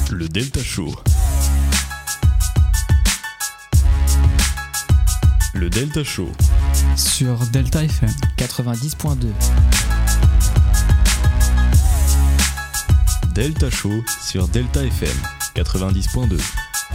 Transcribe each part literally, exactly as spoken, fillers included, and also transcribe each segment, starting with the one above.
Le Delta Show. Le Delta Show. Sur Delta F M quatre-vingt-dix point deux. Delta Show sur Delta F M quatre-vingt-dix point deux.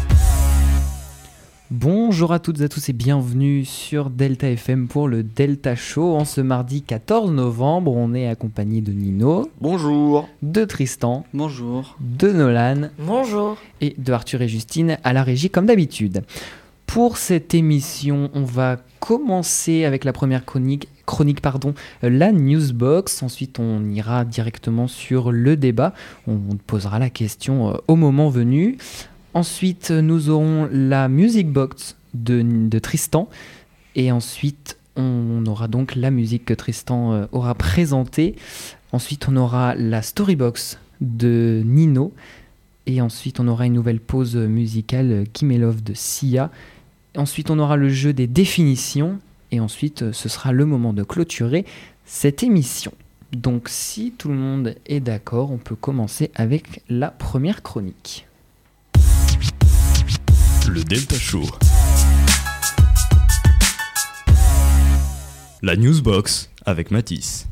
Bonjour à toutes et à tous et bienvenue sur Delta F M pour le Delta Show. En ce mardi quatorze novembre, on est accompagné de Nino. Bonjour. De Tristan. Bonjour. De Nolan. Bonjour. Et de Arthur et Justine à la régie comme d'habitude. Pour cette émission, on va commencer avec la première chronique, chronique pardon, la Newsbox. Ensuite, on ira directement sur le débat. On posera la question au moment venu. Ensuite, nous aurons la Music Box de, de Tristan. Et ensuite, on aura donc la musique que Tristan aura présentée. Ensuite, on aura la Storybox de Nino. Et ensuite, on aura une nouvelle pause musicale, Kim Love de Sia. Ensuite, on aura le jeu des définitions. Et ensuite, ce sera le moment de clôturer cette émission. Donc, si tout le monde est d'accord, on peut commencer avec la première chronique. Le Delta Show. La Newsbox avec Mathis.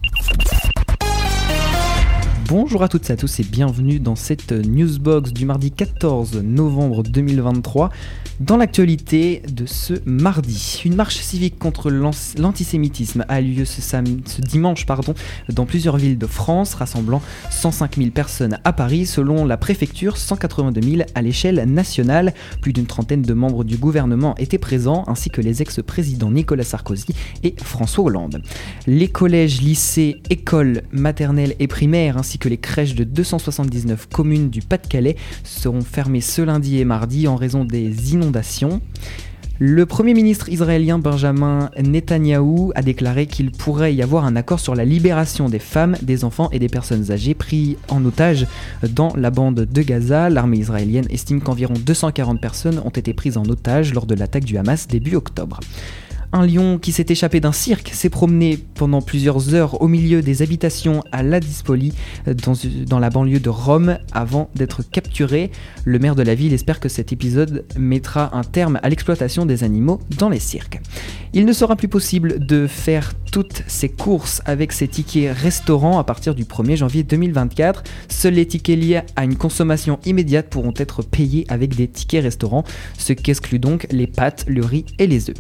Bonjour à toutes et à tous et bienvenue dans cette Newsbox du mardi quatorze novembre deux mille vingt-trois. Dans l'actualité de ce mardi, une marche civique contre l'antisémitisme a lieu ce, sam- ce dimanche pardon, dans plusieurs villes de France, rassemblant cent cinq mille personnes à Paris, selon la préfecture, cent quatre-vingt-deux mille à l'échelle nationale. Plus d'une trentaine de membres du gouvernement étaient présents, ainsi que les ex-présidents Nicolas Sarkozy et François Hollande. Les collèges, lycées, écoles maternelles et primaires, ainsi que les crèches de deux cent soixante-dix-neuf communes du Pas-de-Calais seront fermées ce lundi et mardi en raison des inondations. Le Premier ministre israélien Benjamin Netanyahou a déclaré qu'il pourrait y avoir un accord sur la libération des femmes, des enfants et des personnes âgées pris en otage dans la bande de Gaza. L'armée israélienne estime qu'environ deux cent quarante personnes ont été prises en otage lors de l'attaque du Hamas début octobre. Un lion qui s'est échappé d'un cirque s'est promené pendant plusieurs heures au milieu des habitations à Ladispoli, dans, dans la banlieue de Rome, avant d'être capturé. Le maire de la ville espère que cet épisode mettra un terme à l'exploitation des animaux dans les cirques. Il ne sera plus possible de faire toutes ses courses avec ses tickets restaurants à partir du premier janvier deux mille vingt-quatre. Seuls les tickets liés à une consommation immédiate pourront être payés avec des tickets restaurants, ce qui exclut donc les pâtes, le riz et les œufs.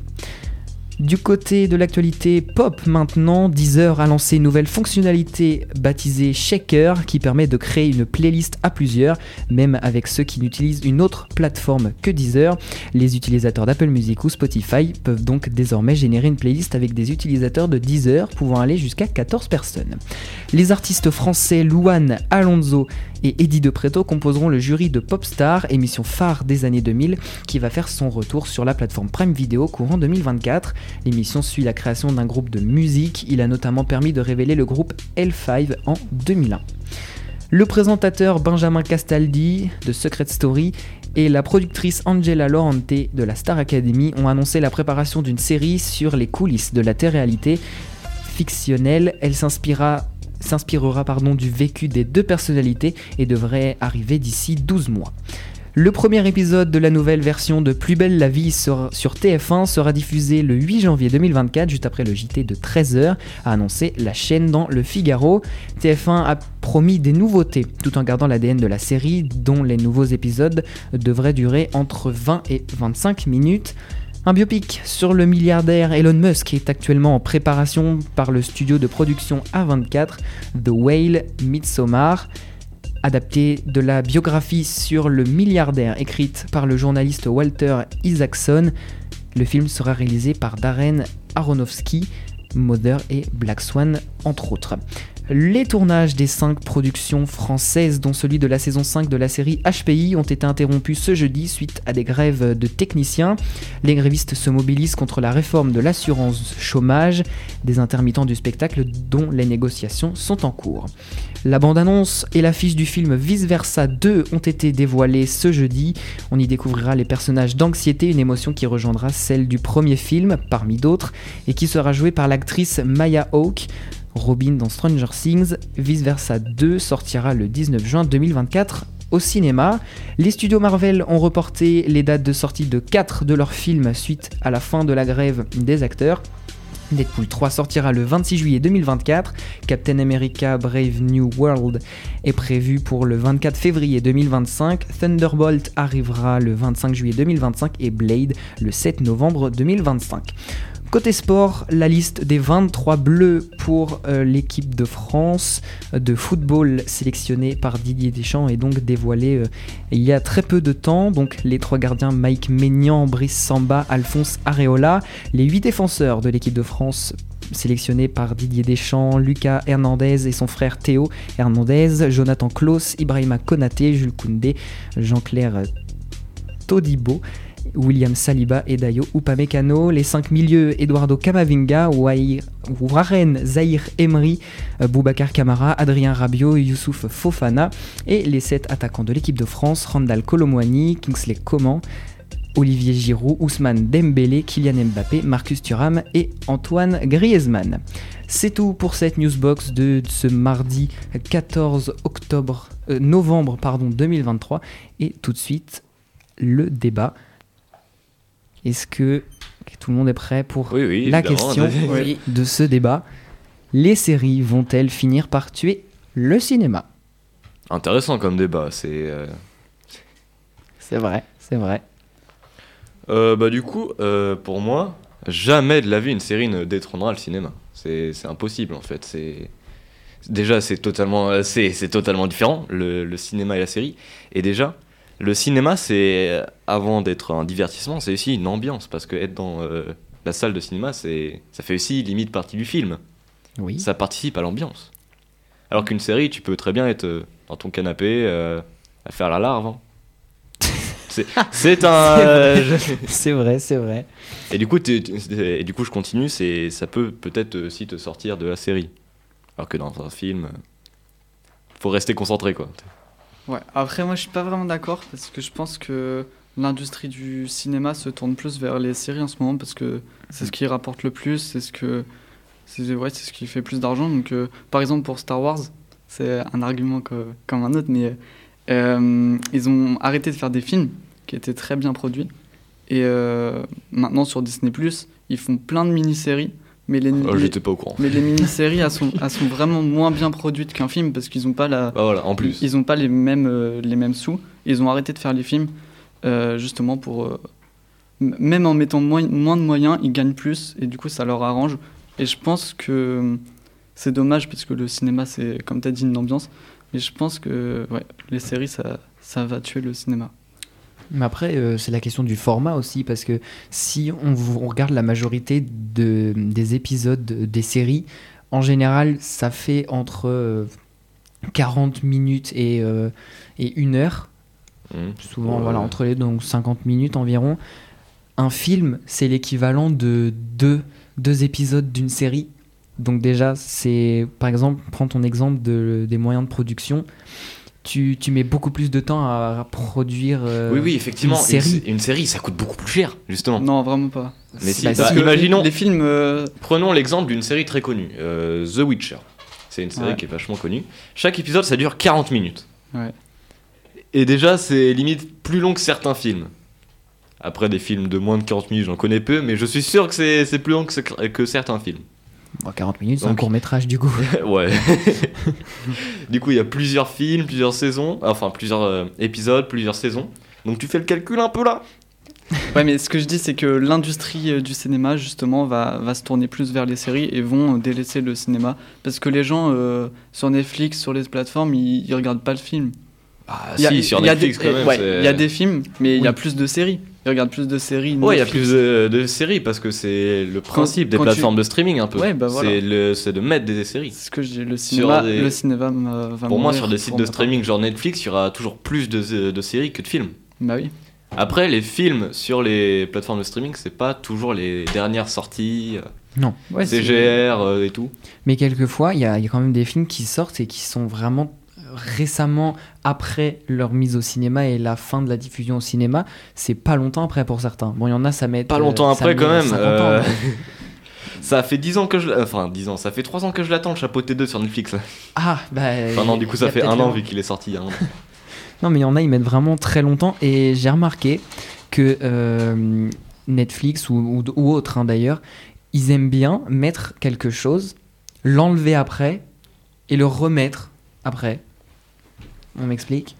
Du côté de l'actualité pop maintenant, Deezer a lancé une nouvelle fonctionnalité baptisée Shaker qui permet de créer une playlist à plusieurs, même avec ceux qui n'utilisent une autre plateforme que Deezer. Les utilisateurs d'Apple Music ou Spotify peuvent donc désormais générer une playlist avec des utilisateurs de Deezer pouvant aller jusqu'à quatorze personnes. Les artistes français Louane, Alonso et Eddie De Pretto composeront le jury de Popstar, émission phare des années deux mille, qui va faire son retour sur la plateforme Prime Video courant deux mille vingt-quatre. L'émission suit la création d'un groupe de musique. Il a notamment permis de révéler le groupe L cinq en deux mille un. Le présentateur Benjamin Castaldi de Secret Story et la productrice Angela Laurente de la Star Academy ont annoncé la préparation d'une série sur les coulisses de la télé-réalité fictionnelle. Elle s'inspirera s'inspirera pardon, du vécu des deux personnalités et devrait arriver d'ici douze mois. Le premier épisode de la nouvelle version de Plus belle la vie sur, sur T F un sera diffusé le huit janvier deux mille vingt-quatre, juste après le J T de treize heures, a annoncé la chaîne dans Le Figaro. T F un a promis des nouveautés, tout en gardant l'A D N de la série, dont les nouveaux épisodes devraient durer entre vingt et vingt-cinq minutes. Un biopic sur le milliardaire Elon Musk est actuellement en préparation par le studio de production A vingt-quatre, The Whale Midsommar. Adapté de la biographie sur le milliardaire écrite par le journaliste Walter Isaacson, le film sera réalisé par Darren Aronofsky, Mother et Black Swan entre autres. Les tournages des cinq productions françaises, dont celui de la saison cinq de la série H P I, ont été interrompus ce jeudi suite à des grèves de techniciens. Les grévistes se mobilisent contre la réforme de l'assurance chômage des intermittents du spectacle dont les négociations sont en cours. La bande-annonce et l'affiche du film Vice Versa deux ont été dévoilées ce jeudi. On y découvrira les personnages d'Anxiété, une émotion qui rejoindra celle du premier film, parmi d'autres, et qui sera jouée par l'actrice Maya Hawke. Robin dans Stranger Things. Vice Versa deux sortira le dix-neuf juin deux mille vingt-quatre au cinéma. Les studios Marvel ont reporté les dates de sortie de quatre de leurs films suite à la fin de la grève des acteurs. Deadpool trois sortira le vingt-six juillet deux mille vingt-quatre, Captain America Brave New World est prévu pour le vingt-quatre février deux mille vingt-cinq, Thunderbolt arrivera le vingt-cinq juillet deux mille vingt-cinq et Blade le sept novembre deux mille vingt-cinq. Côté sport, la liste des vingt-trois bleus pour euh, l'équipe de France de football sélectionnée par Didier Deschamps est donc dévoilée euh, il y a très peu de temps. Donc les trois gardiens Mike Maignan, Brice Samba, Alphonse Areola, les huit défenseurs de l'équipe de France sélectionnés par Didier Deschamps, Lucas Hernandez et son frère Théo Hernandez, Jonathan Klaus, Ibrahima Konaté, Jules Koundé, Jean-Claire Todibo, William Saliba et Dayo Upamecano, les cinq milieux Eduardo Camavinga, Waïr, Warren Zahir Emery, Boubacar Kamara, Adrien Rabiot, Youssouf Fofana et les sept attaquants de l'équipe de France, Randal Kolo Muani, Kingsley Coman, Olivier Giroud, Ousmane Dembélé, Kylian Mbappé, Marcus Thuram et Antoine Griezmann. C'est tout pour cette newsbox de ce mardi quatorze octobre, euh, novembre pardon, deux mille vingt-trois et tout de suite le débat. Est-ce que tout le monde est prêt pour oui, oui, la question oui. de ce débat? Les séries vont-elles finir par tuer le cinéma? Intéressant comme débat, c'est... Euh... C'est vrai, c'est vrai. Euh, bah du coup, euh, pour moi, jamais de la vie une série ne détrônera le cinéma. C'est, c'est impossible en fait. C'est... Déjà, c'est totalement, c'est, c'est totalement différent, le, le cinéma et la série. Et déjà... Le cinéma, c'est, avant d'être un divertissement, c'est aussi une ambiance, parce que être dans euh, la salle de cinéma, c'est, ça fait aussi limite partie du film. Oui. Ça participe à l'ambiance. Alors qu'une série, tu peux très bien être euh, dans ton canapé, euh, à faire la larve. Hein. C'est, c'est un... C'est vrai, euh, c'est vrai. C'est vrai. Et du coup, t'es, t'es, et du coup, je continue, c'est, ça peut peut-être aussi te sortir de la série. Alors que dans un film, faut rester concentré, quoi. Ouais, après moi je suis pas vraiment d'accord parce que je pense que l'industrie du cinéma se tourne plus vers les séries en ce moment parce que c'est ce qui rapporte le plus, c'est ce que c'est, ouais, c'est ce qui fait plus d'argent. Donc euh, par exemple pour Star Wars, c'est un argument que, comme un autre, mais euh, ils ont arrêté de faire des films qui étaient très bien produits et euh, maintenant sur Disney plus, ils font plein de mini-séries. Mais les, oh, les, j'étais pas au courant. Mais les mini-séries, elles sont, elles sont vraiment moins bien produites qu'un film parce qu'ils n'ont pas la. Bah voilà, en plus. Ils n'ont pas les mêmes, euh, les mêmes sous. Ils ont arrêté de faire les films euh, justement pour. Euh, m- même en mettant moins, moins de moyens, ils gagnent plus et du coup ça leur arrange. Et je pense que c'est dommage parce que le cinéma, c'est comme tu as dit une ambiance. Mais je pense que ouais, les séries, ça, ça va tuer le cinéma. Mais après, euh, c'est la question du format aussi, parce que si on, on regarde la majorité de, des épisodes de- des séries, en général, ça fait entre euh, quarante minutes et, euh, et une heure. Mmh. Souvent, Ouais. voilà, entre les deux, donc cinquante minutes environ. Un film, c'est l'équivalent de deux, deux épisodes d'une série. Donc déjà, c'est, par exemple, prends ton exemple de, des moyens de production. Tu, tu mets beaucoup plus de temps à, à produire euh, Oui, oui, effectivement, une série. Une, une série, ça coûte beaucoup plus cher, justement. Non, vraiment pas. Mais si, Bah, bah, si, imaginons, Les films. euh, prenons l'exemple d'une série très connue, euh, The Witcher. C'est une série Ouais. qui est vachement connue. Chaque épisode, ça dure quarante minutes. Ouais. Et déjà, c'est limite plus long que certains films. Après, des films de moins de quarante minutes, j'en connais peu, mais je suis sûr que c'est, c'est plus long que, ce- que certains films. Bon, quarante minutes, c'est un Donc- court-métrage du coup. Ouais. Du coup, il y a plusieurs films, plusieurs saisons, enfin plusieurs euh, épisodes, plusieurs saisons. Donc tu fais le calcul un peu là. Ouais, mais ce que je dis, c'est que l'industrie euh, du cinéma, justement, va, va se tourner plus vers les séries et vont euh, délaisser le cinéma. Parce que les gens, euh, sur Netflix, sur les plateformes, ils, ils regardent pas le film. Ah Il y a- si, sur il y a Netflix des- quand même. ouais, c'est- il y a des films, mais il y a Oui. plus de séries. Ils regardent plus de séries. Ouais, il y a Netflix. plus de, de séries parce que c'est le principe des quand plateformes de streaming un peu. Ouais, bah voilà. c'est, le, c'est de mettre des séries. C'est ce que je dis. Le cinéma, des- le cinéma va va Pour moi, mourir sur des sites pour de ma part. streaming genre Netflix, il y aura toujours plus de, de séries que de films. Bah oui. Après, les films sur les plateformes de streaming, c'est pas toujours les dernières sorties, euh, Non. Ouais, C c'est- G R euh, et tout. Mais quelquefois, il y, a il y a quand même des films qui sortent et qui sont vraiment récemment après leur mise au cinéma et la fin de la diffusion au cinéma. C'est pas longtemps après pour certains. Bon, il y en a, ça met. Pas longtemps euh, ça après, met quand même, cinquante euh, ans, ouais. Ça fait dix ans que je... Enfin, dix ans, ça fait trois ans que je l'attends, le Chapeauté deux sur Netflix. Là. Ah, bah. Enfin non, du coup, ça il y a fait peut-être un an le- vu qu'il est sorti il y a un an. Non, mais il y en a, ils mettent vraiment très longtemps. Et j'ai remarqué que euh, Netflix ou, ou, ou autre hein, d'ailleurs, ils aiment bien mettre quelque chose, l'enlever après et le remettre après. On m'explique?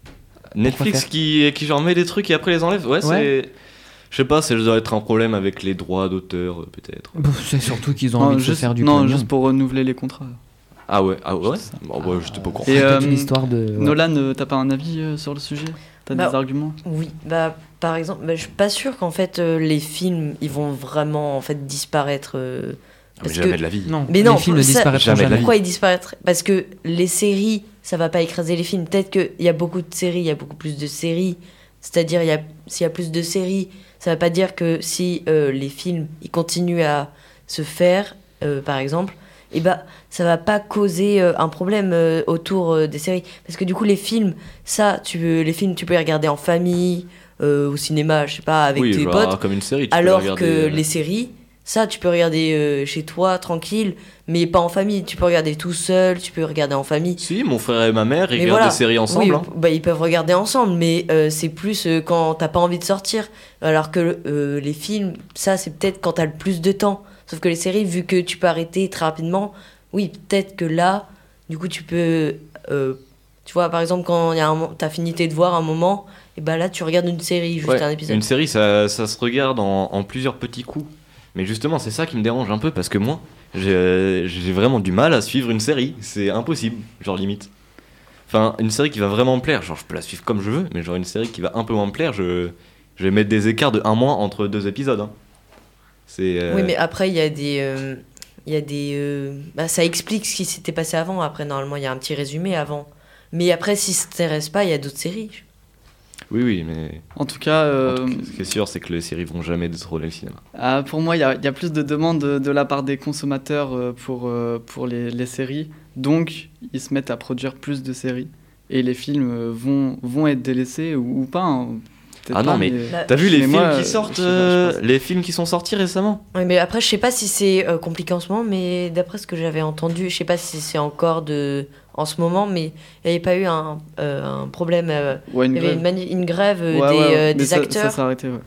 Netflix qui, qui genre met des trucs et après les enlève. Ouais, Ouais. c'est. Je sais pas, ça doit être un problème avec les droits d'auteur, euh, peut-être. Bon, c'est surtout qu'ils ont Non, envie de juste, se faire du non, pognon. juste pour renouveler les contrats. Ah ouais, ah ouais. C'est ça. Bon, ouais, j'étais pas au courant. Et, C'est toute euh, une histoire de... ouais. Nolan, euh, t'as pas un avis euh, sur le sujet? T'as Bah, des arguments? Oui, bah par exemple, bah, je suis pas sûre qu'en fait euh, les films ils vont vraiment en fait disparaître. euh, Ah, mais parce jamais que- de la vie. Non, Mais les non, films ne ça- disparaîtront jamais de la jamais. vie. Pourquoi ils disparaîtraient? Parce que les séries, ça va pas écraser les films. Peut-être qu'il y a beaucoup de séries, il y a beaucoup plus de séries. C'est-à-dire, il y a, s'il y a plus de séries, ça va pas dire que si euh, les films ils continuent à se faire, euh, par exemple, et bah ça va pas causer euh, un problème euh, autour euh, des séries. Parce que du coup, les films, ça, tu veux, les films, tu peux les regarder en famille, euh, au cinéma, je sais pas, avec oui, tes genre, potes. comme une série. Tu peux Alors la regarder, que euh, les séries, ça, tu peux regarder euh, chez toi, tranquille, mais pas en famille. Tu peux regarder tout seul, tu peux regarder en famille. Si, mon frère et ma mère, ils Mais regardent voilà. des séries ensemble. Oui, hein. bah, ils peuvent regarder ensemble, mais euh, c'est plus euh, quand t'as pas envie de sortir. Alors que euh, les films, ça, c'est peut-être quand t'as le plus de temps. Sauf que les séries, vu que tu peux arrêter très rapidement, oui, peut-être que là, du coup, tu peux. euh, tu vois, par exemple, quand il y a un mo- t'as fini tes devoirs un moment, et bah là, tu regardes une série, juste Ouais, un épisode. Une série, ça, ça se regarde en, en plusieurs petits coups. Mais justement, c'est ça qui me dérange un peu parce que moi, j'ai j'ai vraiment du mal à suivre une série. C'est impossible, genre limite. Enfin, une série qui va vraiment me plaire, genre je peux la suivre comme je veux, mais genre une série qui va un peu moins me plaire, je, je vais mettre des écarts de un mois entre deux épisodes. hein. C'est. euh, Oui, mais après, il y a des. euh, Il y a des. euh, bah, ça explique ce qui s'était passé avant. Après, normalement, il y a un petit résumé avant. Mais après, si ça t'intéresse pas, il y a d'autres séries. Oui, oui, mais. En tout cas, en euh, tout cas, ce qui est sûr, c'est que les séries vont jamais détrôner le cinéma. ah, pour moi, il y a, il y a plus de demandes de, de la part des consommateurs euh, pour, euh, pour les, les séries. Donc, ils se mettent à produire plus de séries. Et les films euh, vont, vont être délaissés ou, ou pas. hein. Peut-être Ah non, pas, mais Bah, T'as vu les Mais films moi, euh, qui sortent, je sais pas, je euh, pense. les films qui sont sortis récemment? Oui, mais après, je sais pas si c'est euh, compliqué en ce moment, mais d'après ce que j'avais entendu, je sais pas si c'est encore de en ce moment, mais il n'y avait pas eu un, euh, un problème. euh, Ouais, une il y avait grève. une, mani- une grève euh, Ouais, des, ouais, ouais. euh, Mais des ça- acteurs. Ça s'est arrêté, ouais.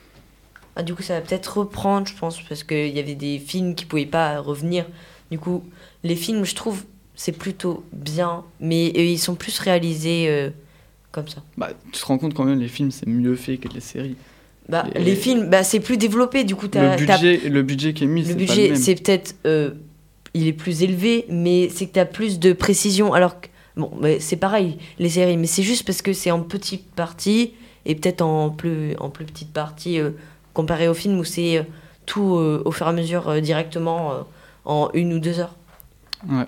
Ah, du coup, ça va peut-être reprendre, je pense, parce qu'il y avait des films qui pouvaient pas revenir. Du coup, les films, je trouve, c'est plutôt bien, mais euh, ils sont plus réalisés euh, comme ça. Bah, tu te rends compte quand même, les films, c'est mieux fait que les séries. Bah, Et- les films, bah, c'est plus développé, du coup, t'as, Le t'as- budget, le budget qui est mis, le c'est pas le budget, même. c'est peut-être, euh, il est plus élevé, mais c'est que t'as plus de précision. Alors que, bon, mais c'est pareil, les séries, mais c'est juste parce que c'est en petite partie, et peut-être en plus, en plus petite partie, euh, comparé au film où c'est euh, tout euh, au fur et à mesure euh, directement euh, en une ou deux heures. Ouais.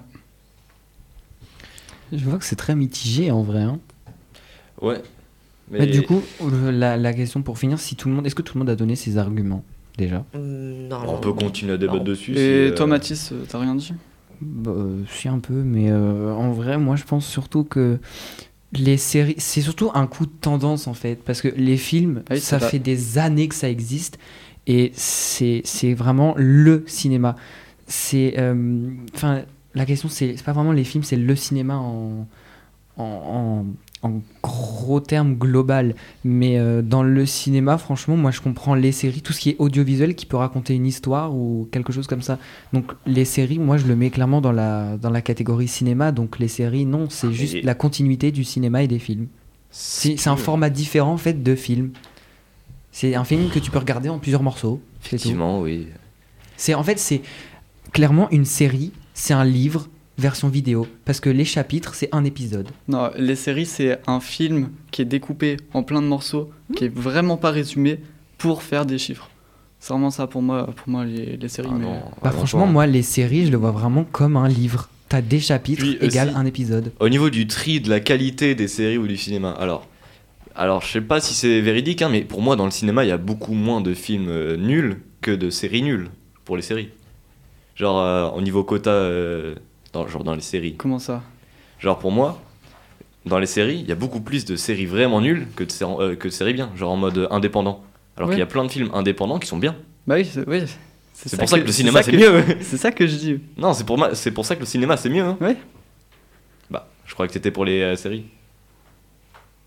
Je vois que c'est très mitigé en vrai. hein. Ouais. Mais du coup, le- la, la question pour finir, si tout le monde, est-ce que tout le monde a donné ses arguments déjà? Hum, non, On peut continuer à débattre Non. dessus. Et si, euh, toi, Mathis, euh, t'as rien dit? Bah, euh, si un peu, mais euh, en vrai, moi je pense surtout que les séries, c'est surtout un coup de tendance en fait, parce que les films, Oui, ça c'est fait des années que ça existe, et c'est c'est vraiment le cinéma. C'est, euh, enfin, la question c'est c'est pas vraiment les films, c'est le cinéma en en, en, en gros termes global. Mais euh, dans le cinéma, franchement, moi je comprends les séries, tout ce qui est audiovisuel qui peut raconter une histoire ou quelque chose comme ça. Donc les séries, moi je le mets clairement dans la, dans la catégorie cinéma. Donc les séries, non, c'est juste Et- la continuité du cinéma et des films. C'est c'est un format différent en fait de film. C'est un film que tu peux regarder en plusieurs morceaux. C'est tout. Effectivement, oui. C'est en fait c'est clairement une série, c'est un livre version vidéo parce que les chapitres c'est un épisode. Non, les séries, c'est un film qui est découpé en plein de morceaux, qui est vraiment pas résumé pour faire des chiffres. C'est vraiment ça pour moi, pour moi les, les séries. Ah mais... non, Bah ah non, franchement pas. moi les séries je le vois vraiment comme un livre. T'as des chapitres Puis égale aussi- un épisode. Au niveau du tri de la qualité des séries ou du cinéma, alors, alors je sais pas si c'est véridique, hein, mais pour moi dans le cinéma il y a beaucoup moins de films euh, nuls que de séries nulles pour les séries. Genre euh, au niveau quota, euh, dans, genre dans les séries. Comment ça? Genre pour moi, dans les séries, il y a beaucoup plus de séries vraiment nulles que de, sé- euh, que de séries bien, genre en mode euh, indépendant. Alors Ouais. qu'il y a plein de films indépendants qui sont bien. Bah oui, c'est, oui. C'est pour ça que le cinéma c'est mieux. C'est ça que je dis. Non, c'est pour, moi- c'est pour ça que le cinéma c'est mieux. Hein. Ouais. Bah, je crois que c'était pour les euh, séries.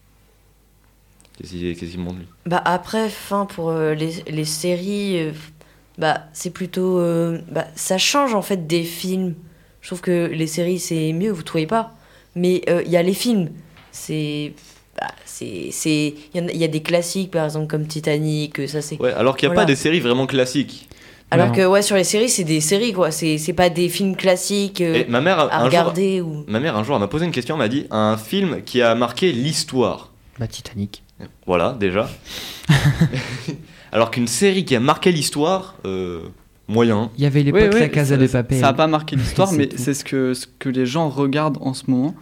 Qu'est-ce qu'il qu'est-ce qu'il montre lui? Bah après, fin pour euh, les, les séries, euh, bah c'est plutôt, euh, bah ça change en fait des films. Je trouve que les séries c'est mieux, vous trouvez pas? Mais il euh, y a les films, c'est, bah, c'est, c'est, il y, y a des classiques par exemple comme Titanic, ça c'est. Ouais, alors qu'il n'y a Voilà. pas des séries vraiment classiques. Alors Non. que ouais sur les séries c'est des séries quoi, c'est c'est pas des films classiques euh, Et ma mère, à un jour, regarder ou. ma mère un jour elle m'a posé une question, elle m'a dit un film qui a marqué l'histoire. Bah, Titanic. Voilà, déjà. Alors qu'une série qui a marqué l'histoire, euh, moyen. Il y avait l'époque Ouais, ouais, La Casa ça- de Papel. Ça n'a pas marqué l'histoire, C'est mais tout. c'est ce que, ce que les gens regardent en ce moment.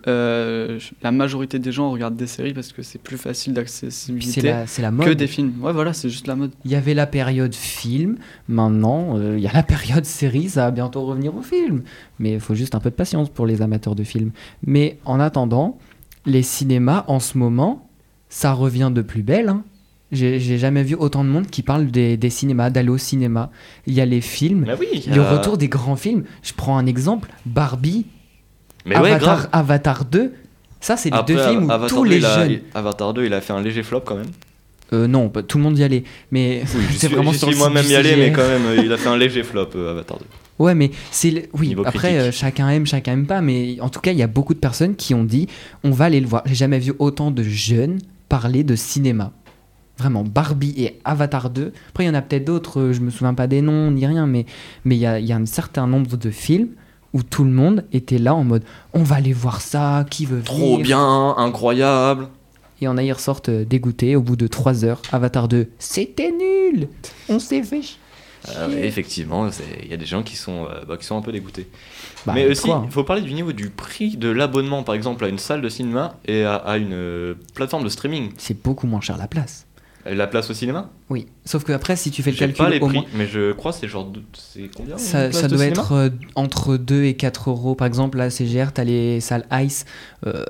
Euh, je- la majorité des gens regardent des séries parce que c'est plus facile Puis c'est d'accessibilité la, c'est la que mode. des films. Ouais, voilà, c'est juste la mode. Il y avait la période film, maintenant euh, il y a la période série, ça va bientôt revenir au film. Mais il faut juste un peu de patience pour les amateurs de films. Mais en attendant, les cinémas en ce moment, ça revient de plus belle. Hein. J'ai, j'ai jamais vu autant de monde qui parle des, des cinémas, d'aller au cinéma. Il y a les films, Mais oui, il y a- le retour des grands films. Je prends un exemple, Barbie, Mais ouais, Avatar, grave. Avatar deux. Ça, c'est les Après, deux films où Avatar tous deux, les il a- jeunes... il- Avatar deux, il a fait un léger flop quand même. Euh, non, pas- tout le monde y allait. Mais Oui, j'y c'est suis, vraiment j'y sur le suis site moi-même du y allé, C G mais F. quand même, euh, il a fait un léger flop, euh, Avatar deux. Ouais, mais c'est le- oui. Niveau Après, critique. euh, chacun aime, chacun aime pas. Mais en tout cas, il y a beaucoup de personnes qui ont dit, on va aller le voir. J'ai jamais vu autant de jeunes parler de cinéma. Vraiment, Barbie et Avatar deux. Après, il y en a peut-être d'autres. euh, Je me souviens pas des noms ni rien, mais mais il y a, il y a un certain nombre de films où tout le monde était là en mode, on va aller voir ça. Qui veut Trop venir bien, incroyable. Et on a y ressortent euh, dégoûtés au bout de trois heures. Avatar deux, c'était nul. On s'est fait. chier. Euh, ouais, effectivement, c'est- il y a des gens qui sont, euh, bah, qui sont un peu dégoûtés. Bah, mais de aussi, quoi, hein. il faut parler du niveau du prix de l'abonnement, par exemple, à une salle de cinéma et à, à une euh, plateforme de streaming. C'est beaucoup moins cher la place. Et la place au cinéma? Oui, sauf que après, si tu fais le J'ai calcul, pas les au prix, moins, mais je crois que c'est genre. deux- C'est combien une ça, place ça de doit cinéma être euh, entre deux et quatre euros. Par exemple, la C G R, t'as les salles Ice. Euh,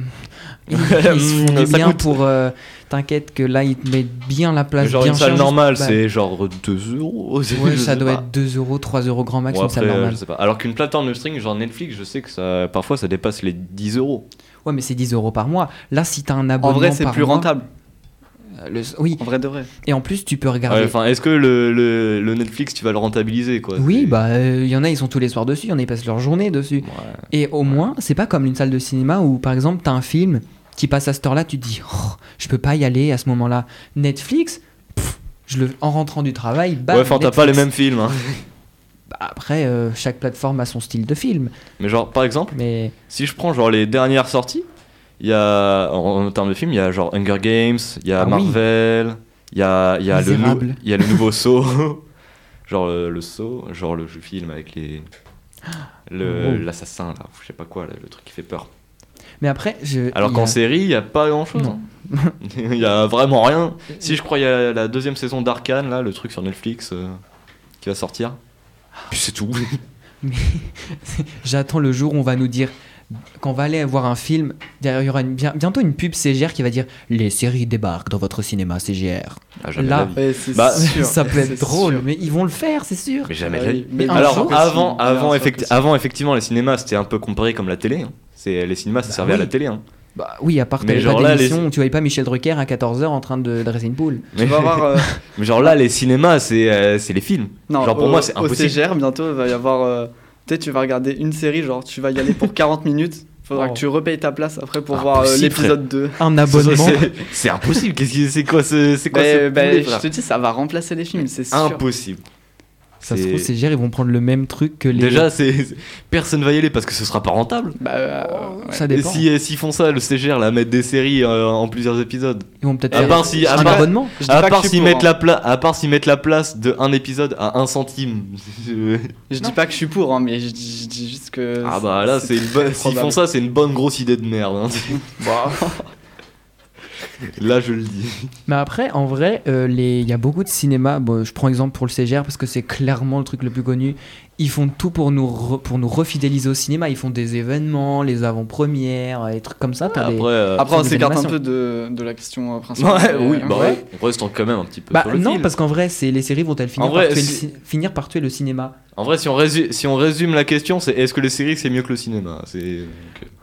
ils, ils se font du Ça bien coûte. pour. euh, T'inquiète que là, ils te mettent bien la place. Genre bien une salle chère, normale, juste- c'est genre deux euros. Ouais, je ça sais doit pas. être deux euros, trois euros grand max, Bon, une salle après, euh, normale. je sais pas. Alors qu'une plateforme de streaming, genre Netflix, je sais que ça, parfois ça dépasse les dix euros. Ouais, mais c'est dix euros par mois. Là, si t'as un abonnement. En vrai, c'est par plus mois, rentable. euh, le- Oui, En vrai de vrai. et en plus, tu peux regarder. Ouais, Enfin, est-ce que le, le, le Netflix, tu vas le rentabiliser quoi? Oui, C'est- bah, il y en a, ils sont tous les soirs dessus, il y en a, ils passent leur journée dessus. Ouais. Et au moins, c'est pas comme une salle de cinéma où, par exemple, t'as un film qui passe à cette heure-là, tu te dis, oh, je peux pas y aller à ce moment-là. Netflix, pff, je le, en rentrant du travail, bam, Ouais, enfin, t'as pas les Netflix. mêmes films. Hein. Bah, après, euh, chaque plateforme a son style de film. Mais genre, par exemple, Mais si je prends genre les dernières sorties, il y a, en, en termes de films, il y a genre Hunger Games, il y a Ah oui. Marvel, il y a, il y, a le nou- Misérable. il y a le nouveau Saw, genre le, le Saw, genre le film avec les. Le, Oh. L'assassin, là, je sais pas quoi, là, le truc qui fait peur. Mais après, je. Alors il y qu'en a- série, il y a pas grand chose. Non. Il y a vraiment rien. Si je crois, il y a la deuxième saison d'Arcane, là, le truc sur Netflix euh, qui va sortir. Puis c'est tout. J'attends le jour où on va nous dire qu'on va aller voir un film. D'ailleurs, il y aura une- bien- bientôt une pub C G R qui va dire les séries débarquent dans votre cinéma C G R. Ah, jamais Là, de la vie. Ouais, c'est Bah, sûr. Ça peut être C'est drôle, sûr. mais ils vont le faire, c'est sûr. Mais jamais Ah de la oui, vie. mais un Alors jour, avant, possible. avant, Bien sûr effecti- possible. avant, effectivement, les cinémas c'était un peu comparé comme la télé. hein. C'est les cinémas, ça Bah servait à oui. la télé. hein. Bah oui, à part Mais t'avais genre pas là, d'émission, tu voyais pas Michel Drucker à quatorze heures en train de dresser une poule. Tu Mais, vas voir. euh, mais genre là, les cinémas, c'est euh, c'est les films. Non, Genre, pour au- moi, c'est Au impossible. C G R, bientôt, il va y avoir. euh, Peut-être tu vas regarder une série, genre tu vas y aller pour quarante minutes. Faudra Oh. que tu repayes ta place après pour Ah, voir euh, possible, l'épisode deux. Un abonnement. C'est- C'est impossible. Qu'est-ce qui- c'est quoi ce, c'est quoi Mais, ce bah, poulet, je frère te dis, ça va remplacer les films, c'est sûr. Impossible. Ça se C'est- trouve, C G R, ils vont prendre le même truc que les. Déjà, c'est c'est- personne va y aller parce que ce sera pas rentable. Bah, euh, ouais. ça Et dépend. si euh, s'ils font ça, le C G R, là, mettre des séries euh, en plusieurs épisodes. Ils vont peut-être À faire part si, à un part, abonnement. Je dis à pas part que je s'ils suis mettent pour, la hein. pla- à part s'ils mettent la place de un épisode à un centime. Je- Je dis pas que je suis pour, hein, mais je dis, je dis juste que. Ah bah là, c'est une bonne. très S'ils font probable. ça, c'est une bonne grosse idée de merde. hein. Bah, Là, je le dis. Mais après, en vrai, euh, les- il y a beaucoup de cinémas. Bon, je prends exemple pour le C G R parce que c'est clairement le truc le plus connu. Ils font tout pour nous, re- pour nous refidéliser au cinéma. Ils font des événements, les avant-premières, des trucs comme ça. T'as Après, des- euh, Après, on des s'écarte un animations. peu de, de la question euh, principale. ouais, mais, oui, euh, bah ouais. ouais. On reste quand même un petit peu Bah sur le non, fil. parce qu'en vrai, c'est les séries vont-elles finir, En vrai, par tuer le si- ci- finir par tuer le cinéma. En vrai, si on, résume, si on résume la question, c'est est-ce que les séries c'est mieux que le cinéma? C'est. donc,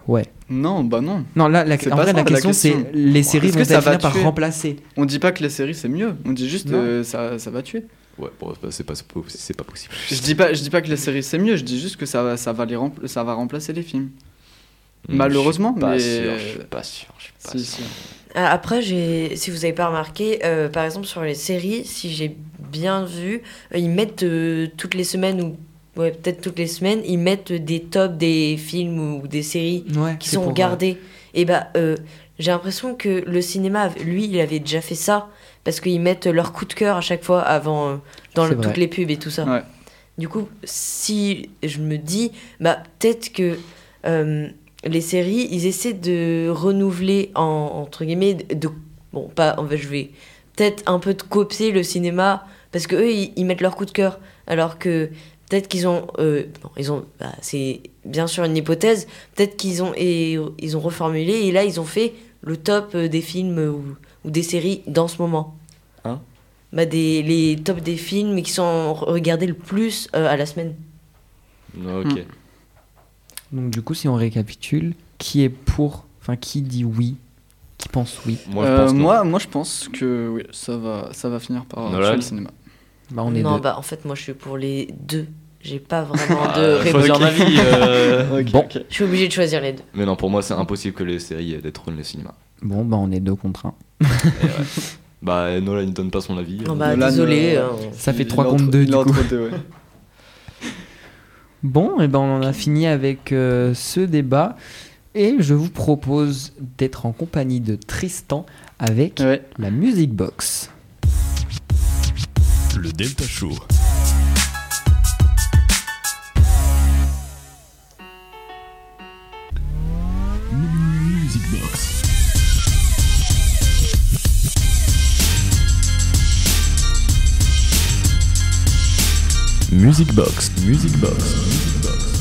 Ouais. Non, bah non. Non, là, la, C'est en pas vrai, ça, la la question, question. c'est les séries Est-ce vont que ça va finir par tuer remplacer. On dit pas que les séries c'est mieux, on dit juste Non. euh, ça, ça va tuer. Ouais, bon, bah, c'est pas, c'est pas possible. Je dis pas, je dis pas que les séries c'est mieux, je dis juste que ça va, ça va, les rempl- ça va remplacer les films. Hmm, Malheureusement, je suis pas mais- sûr, je suis pas sûr. Je suis pas Si, sûr. si. Ah, Après, j'ai, si vous avez pas remarqué, euh, par exemple sur les séries, si j'ai bien vu, euh, ils mettent euh, toutes les semaines ou ouais, peut-être toutes les semaines, ils mettent des tops des films ou des séries Ouais, qui c'est sont pour, euh, regardés. Et bah, euh, j'ai l'impression que le cinéma, lui, il avait déjà fait ça parce qu'ils mettent leur coup de cœur à chaque fois avant euh, dans C'est le- vrai. toutes les pubs et tout ça. Ouais. Du coup, si je me dis, bah peut-être que euh, les séries, ils essaient de renouveler en, entre guillemets de, de- bon pas en fait, je vais peut-être un peu de copier le cinéma parce que eux ils, ils mettent leur coup de cœur alors que peut-être qu'ils ont euh, bon, ils ont bah, c'est bien sûr une hypothèse, peut-être qu'ils ont et ils ont reformulé et là ils ont fait le top des films ou, ou des séries dans ce moment. Hein Bah des les tops des films qui sont regardés le plus euh, à la semaine. Ok. Hmm. Donc du coup, si on récapitule, qui est pour, enfin qui dit oui, qui pense oui. Moi, je Euh, pense non. moi, moi, je pense que oui, ça va, ça va finir par Nolan. tuer le cinéma. Bah on est non, deux. bah en fait, moi je suis pour les deux. J'ai pas vraiment de Euh, réponse. choisir un avis. euh, Ok, Bon. ok. Je suis obligée de choisir les deux. Mais non, pour moi, c'est impossible que les séries détrônent le cinéma. Bon, bah on est deux contre un. Et ouais. Bah, Nolan ne donne pas son avis. Non, bah Nolan, désolé. euh, hein. Ça fait Il trois est contre entre- deux il du est coup. entre deux, ouais. Bon, et ben on en a fini avec euh, ce débat. Et je vous propose d'être en compagnie de Tristan avec Ouais. la Music Box. Le Delta Show. Music Box. Music Box. Music Box. Music Box.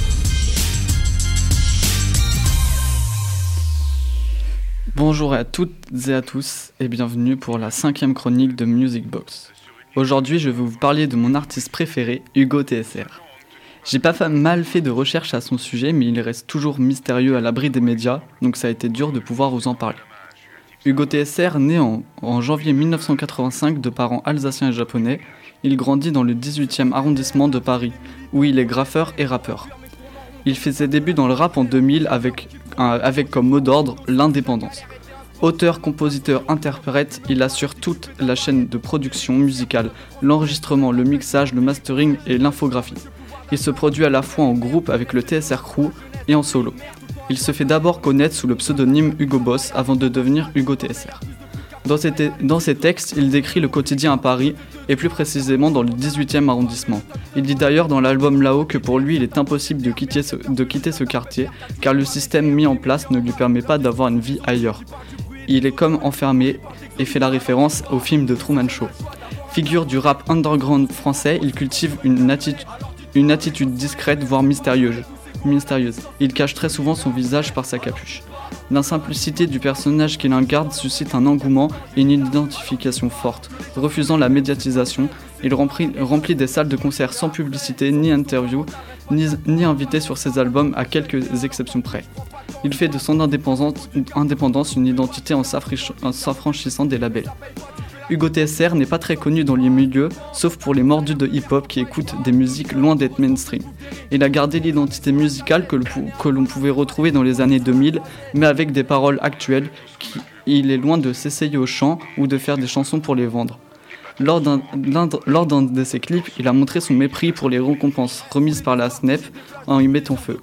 Bonjour à toutes et à tous et bienvenue pour la cinquième chronique de Music Box. Aujourd'hui, je vais vous parler de mon artiste préféré, Hugo T S R. J'ai pas fa- mal fait de recherche à son sujet, mais il reste toujours mystérieux à l'abri des médias, donc ça a été dur de pouvoir vous en parler. Hugo T S R, né en, en janvier mille neuf cent quatre-vingt-cinq de parents alsaciens et japonais, il grandit dans le dix-huitième arrondissement de Paris, où il est graffeur et rappeur. Il fait ses débuts dans le rap en deux mille avec, un- avec comme mot d'ordre l'indépendance. Auteur, compositeur, interprète, il assure toute la chaîne de production musicale, l'enregistrement, le mixage, le mastering et l'infographie. Il se produit à la fois en groupe avec le T S R Crew et en solo. Il se fait d'abord connaître sous le pseudonyme Hugo Boss avant de devenir Hugo T S R. Dans ses, te- dans ses textes, il décrit le quotidien à Paris et plus précisément dans le dix-huitième arrondissement. Il dit d'ailleurs dans l'album Là-haut que pour lui il est impossible de quitter, ce, de quitter ce quartier car le système mis en place ne lui permet pas d'avoir une vie ailleurs. Il est comme enfermé et fait la référence au film de Truman Show. Figure du rap underground français, il cultive une, atti- une attitude discrète voire mystérieuse. mystérieuse. Il cache très souvent son visage par sa capuche. L'insimplicité du personnage qu'il incarne suscite un engouement et une identification forte. Refusant la médiatisation, il remplit, remplit des salles de concert sans publicité, ni interview, ni, ni invité sur ses albums à quelques exceptions près. Il fait de son indépendance, indépendance une identité en s'affrich- en s'affranchissant des labels. Hugo T S R n'est pas très connu dans les milieux, sauf pour les mordus de hip-hop qui écoutent des musiques loin d'être mainstream. Il a gardé l'identité musicale que, le pou- que l'on pouvait retrouver dans les années deux mille, mais avec des paroles actuelles. Qui, il est loin de s'essayer au chant ou de faire des chansons pour les vendre. Lors d'un, l'un de- lors d'un de ses clips, il a montré son mépris pour les récompenses remises par la S N E P en y mettant feu.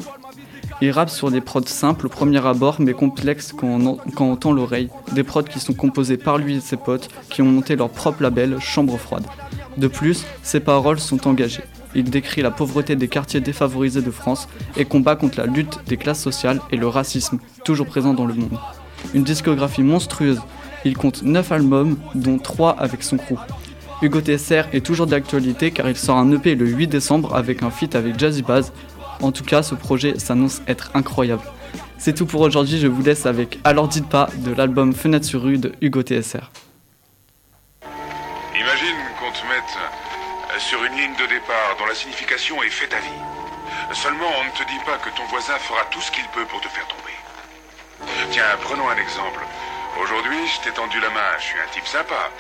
Il rappe sur des prods simples au premier abord mais complexes quand on, en- quand on tend l'oreille, des prods qui sont composés par lui et ses potes qui ont monté leur propre label Chambre Froide. De plus, ses paroles sont engagées. Il décrit la pauvreté des quartiers défavorisés de France et combat contre la lutte des classes sociales et le racisme toujours présent dans le monde. Une discographie monstrueuse, il compte neuf albums dont trois avec son crew. Hugo T S R est toujours d'actualité car il sort un E P le huit décembre avec un feat avec Jazzy Bass. En tout cas, ce projet s'annonce être incroyable. C'est tout pour aujourd'hui, je vous laisse avec Alors dites pas de l'album Fenêtre sur rue de Hugo T S R. Imagine qu'on te mette euh, sur une ligne de départ dont la signification est fais ta vie. Seulement, on ne te dit pas que ton voisin fera tout ce qu'il peut pour te faire tomber. Tiens, prenons un exemple. Aujourd'hui, je t'ai tendu la main, je suis un type sympa.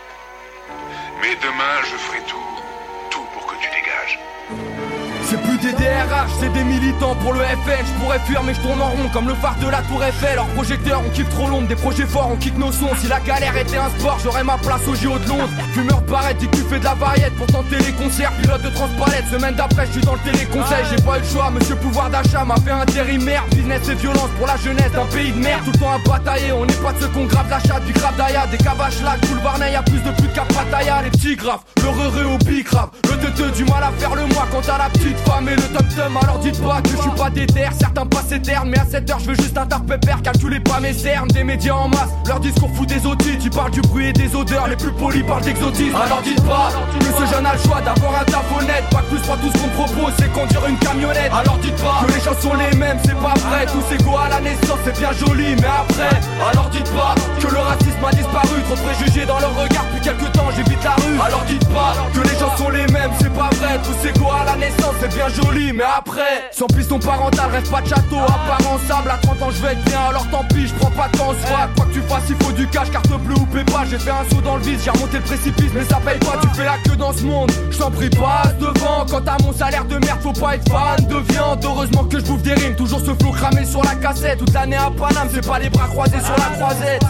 Mais demain, je ferai tout, tout pour que tu dégages. C'est plus des D R H, c'est des militants pour le F N. Je pourrais fuir mais je tourne en rond comme le phare de la tour Eiffel. Leurs projecteurs, on kiffe trop l'ombre, des projets forts, on kick nos sons. Si la galère était un sport, j'aurais ma place au J O de Londres. Fumeur de barrette, dit que tu fais de la variette pour tenter les concerts. Pilote de transpalette, semaine d'après je suis dans le téléconseil. J'ai pas eu le choix, monsieur pouvoir d'achat m'a fait intérimaire. Business et violence pour la jeunesse d'un pays de merde. Tout le temps à batailler, on n'est pas de ceux qu'on grave la chatte, du grave d'Aya. Des cavaches là, tout le Varney, y'a plus de plus de Capataya. Les petits graves, le re au bicrave. Le teuteux du mal à faire le mois quand t'as la petite femme et le top. Alors dites pas que je suis pas déter, certains passent éternes. Mais à cette heure je veux juste un tard pépère, calculez pas mes cernes. Des médias en masse, leur discours fout des audits. Ils parlent du bruit et des odeurs, les plus polis parlent d'exotisme. Alors dites pas que ce jeune a le choix d'avoir un taf honnête. Pas que plus pas tout ce qu'on propose c'est conduire une camionnette. Alors dites pas que les choses sont les mêmes, c'est pas vrai. Tous égaux à la naissance c'est bien joli, mais après. Alors dites pas que le racisme a disparu. Trop de préjugés dans leur regard, depuis quelques temps j'évite la rue. Alors dites pas que les gens sont les mêmes, c'est pas vrai. Tous égaux à la naissance c'est bien joli, mais après, sans piston parental, rêve pas de château, à part en sable. À trente ans je vais être bien, alors tant pis, je prends pas de temps soit. Quoi que tu fasses, il faut du cash, carte bleue ou pépa. J'ai fait un saut dans le vide, j'ai remonté le précipice, mais ça paye pas, tu fais la queue dans ce monde. Je t'en prie, passe devant. Quant à mon salaire de merde, faut pas être fan de viande. Heureusement que je bouffe des rimes, toujours ce flow cramé sur la cassette. Toute l'année à Paname, c'est pas les bras croisés sur la croisette.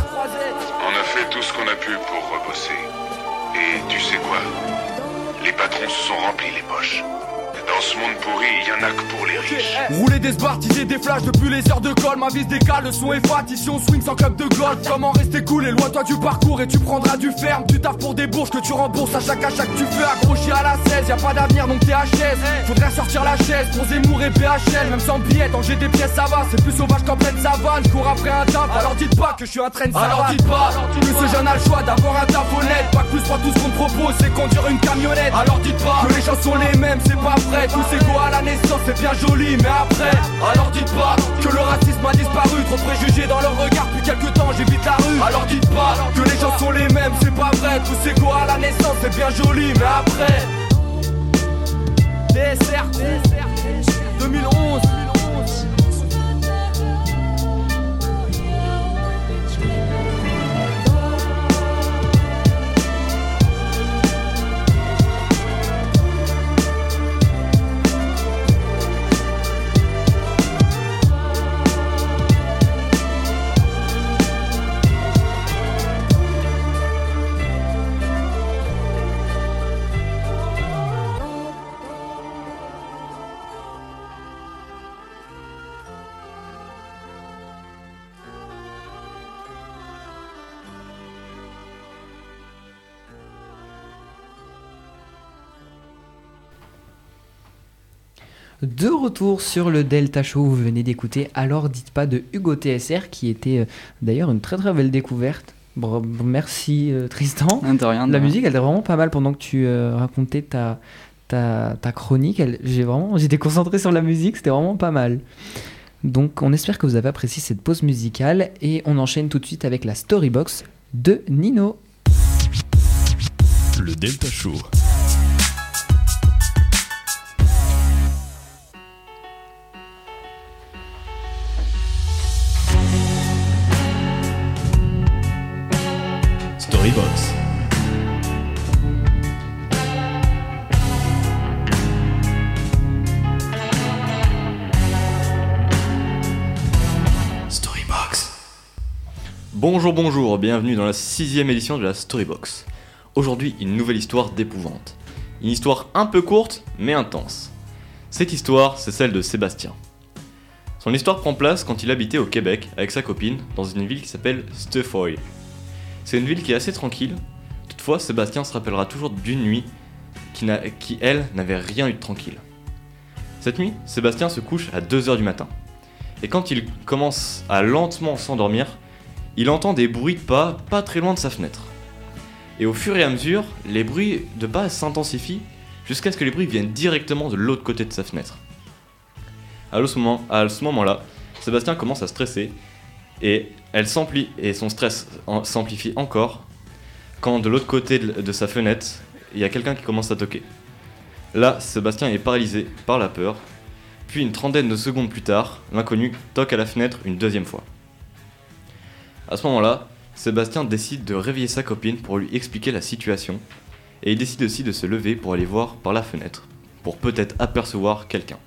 On a fait tout ce qu'on a pu pour rebosser. Et tu sais quoi? Les patrons se sont remplis les poches. Dans ce monde pourri, il y en a que pour les riches. Rouler des sbarres, teaser des flashs depuis les heures de colle. Ma vie se décale, le son est fat, ici on swing sans club de golf. Comment rester cool, éloigne-toi du parcours et tu prendras du ferme. Tu taffes pour des bourses que tu rembourses à chaque achat que tu fais. Accroché à la seize, y'a pas d'avenir donc t'es H S. Faudrait sortir la chaise pour Zemmour et P H L. Même sans billette, en j'ai des pièces ça va. C'est plus sauvage qu'en pleine savane, je cours après un taf. Alors dites pas que je suis un train de savane. Alors dites pas que ce jeune a le choix d'avoir un taf honnête. Pas que plus pas tout ce qu'on te propose c'est conduire une camionnette. Alors dites pas que les gens sont les mêmes, c'est pas vrai. Tous égaux à la naissance c'est bien joli, mais après. Alors dites pas que le racisme a disparu. Trop de préjugés dans leur regard, depuis quelques temps j'évite la rue. Alors dites pas que les gens sont les mêmes, c'est pas vrai. Tous égaux à la naissance c'est bien joli, mais après. D S R deux mille onze. De retour sur le Delta Show, vous venez d'écouter Alors dites pas de Hugo T S R qui était euh, d'ailleurs une très très belle découverte. Bon, merci euh, Tristan. De rien, de La rien. musique elle était vraiment pas mal pendant que tu euh, racontais ta, ta, ta chronique. Elle, j'ai vraiment, j'étais concentré sur la musique, c'était vraiment pas mal. Donc on espère que vous avez apprécié cette pause musicale et on enchaîne tout de suite avec la Storybox de Nino. Le Delta Show. Storybox. Storybox. Bonjour, bonjour, bienvenue dans la sixième édition de la Storybox. Aujourd'hui, une nouvelle histoire d'épouvante. Une histoire un peu courte, mais intense. Cette histoire, c'est celle de Sébastien. Son histoire prend place quand il habitait au Québec avec sa copine dans une ville qui s'appelle Stéphane. C'est une ville qui est assez tranquille. Toutefois, Sébastien se rappellera toujours d'une nuit qui, n'a, qui, elle, n'avait rien eu de tranquille. Cette nuit, Sébastien se couche à deux heures du matin. Et quand il commence à lentement s'endormir, il entend des bruits de pas pas très loin de sa fenêtre. Et au fur et à mesure, les bruits de pas s'intensifient jusqu'à ce que les bruits viennent directement de l'autre côté de sa fenêtre. À ce moment, à ce moment-là, Sébastien commence à stresser et elle s'amplie et son stress en, s'amplifie encore quand de l'autre côté de, de sa fenêtre, il y a quelqu'un qui commence à toquer. Là, Sébastien est paralysé par la peur. Puis une trentaine de secondes plus tard, l'inconnu toque à la fenêtre une deuxième fois. À ce moment-là, Sébastien décide de réveiller sa copine pour lui expliquer la situation, et il décide aussi de se lever pour aller voir par la fenêtre, pour peut-être apercevoir quelqu'un.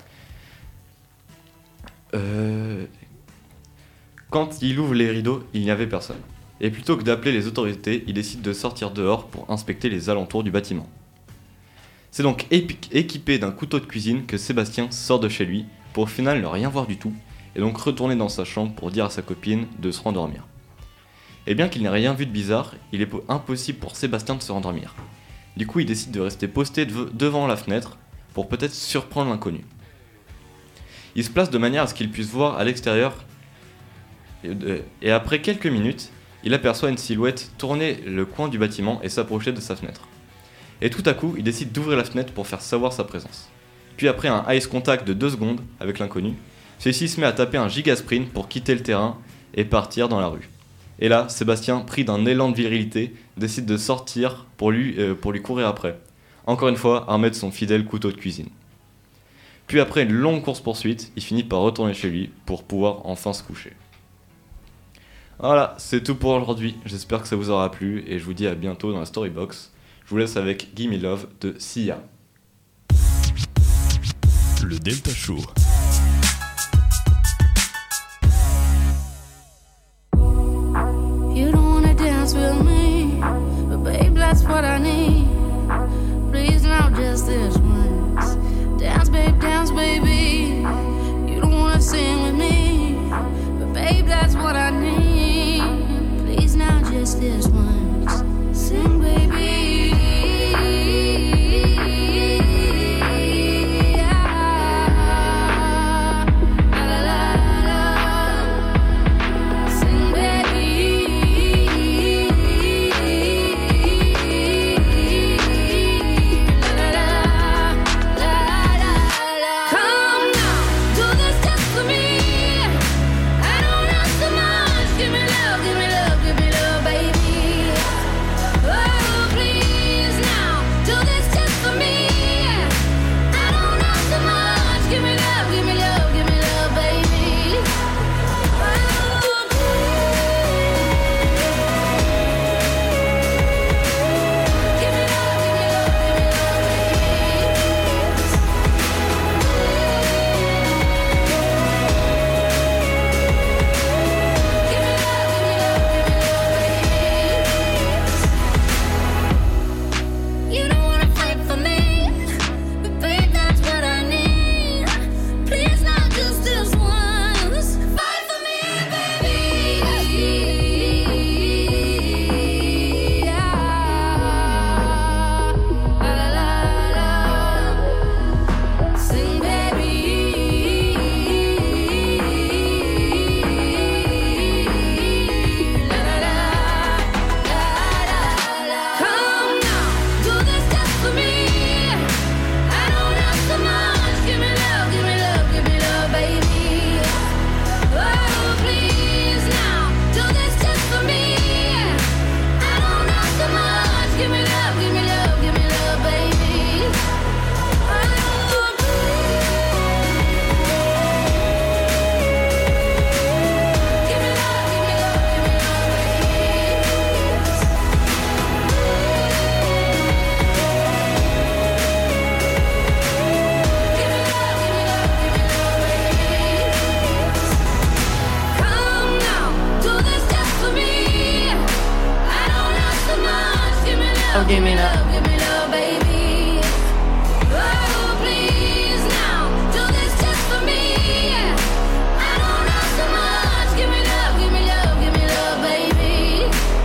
Euh... Quand il ouvre les rideaux, il n'y avait personne. Et plutôt que d'appeler les autorités, il décide de sortir dehors pour inspecter les alentours du bâtiment. C'est donc épi- équipé d'un couteau de cuisine que Sébastien sort de chez lui pour au final ne rien voir du tout, et donc retourner dans sa chambre pour dire à sa copine de se rendormir. Et bien qu'il n'ait rien vu de bizarre, il est po- impossible pour Sébastien de se rendormir. Du coup, il décide de rester posté dev- devant la fenêtre pour peut-être surprendre l'inconnu. Il se place de manière à ce qu'il puisse voir à l'extérieur, et, de- et après quelques minutes, il aperçoit une silhouette tourner le coin du bâtiment et s'approcher de sa fenêtre. Et tout à coup, il décide d'ouvrir la fenêtre pour faire savoir sa présence. Puis après un ice contact de deux secondes avec l'inconnu, celui-ci se met à taper un giga sprint pour quitter le terrain et partir dans la rue. Et là, Sébastien, pris d'un élan de virilité, décide de sortir pour lui, euh, pour lui courir après. Encore une fois, armé de son fidèle couteau de cuisine. Puis après une longue course-poursuite, il finit par retourner chez lui pour pouvoir enfin se coucher. Voilà, c'est tout pour aujourd'hui. J'espère que ça vous aura plu et je vous dis à bientôt dans la Storybox. Je vous laisse avec Gimme Love de Sia. Le Delta Show. You don't wanna dance with me, but babe, that's what I need. Please now just this once. Dance, babe, dance, baby. You don't wanna sing with me, but babe, that's what I need. Please now just this once. Sing, baby. Oh, give me love. Give me love, baby. Oh, please now, do this just for me. I don't ask so much. Give me love, give me love, give me love, baby.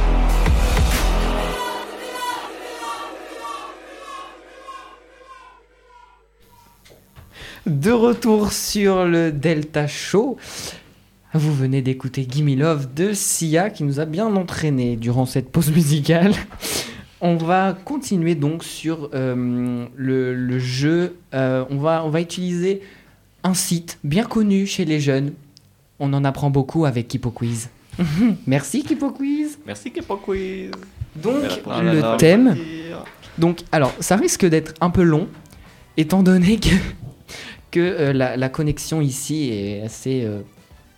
De retour sur le Delta Show. Vous venez d'écouter Gimme Love de Sia qui nous a bien entraînés durant cette pause musicale. On va continuer donc sur euh, le, le jeu. Euh, on, va, on va utiliser un site bien connu chez les jeunes. On en apprend beaucoup avec Kipo Quiz. Merci Kipo Quiz. Merci Kipo Quiz. Donc Ah le là là, thème. on va dire. Donc alors ça risque d'être un peu long, étant donné que que euh, la, la connexion ici est assez euh,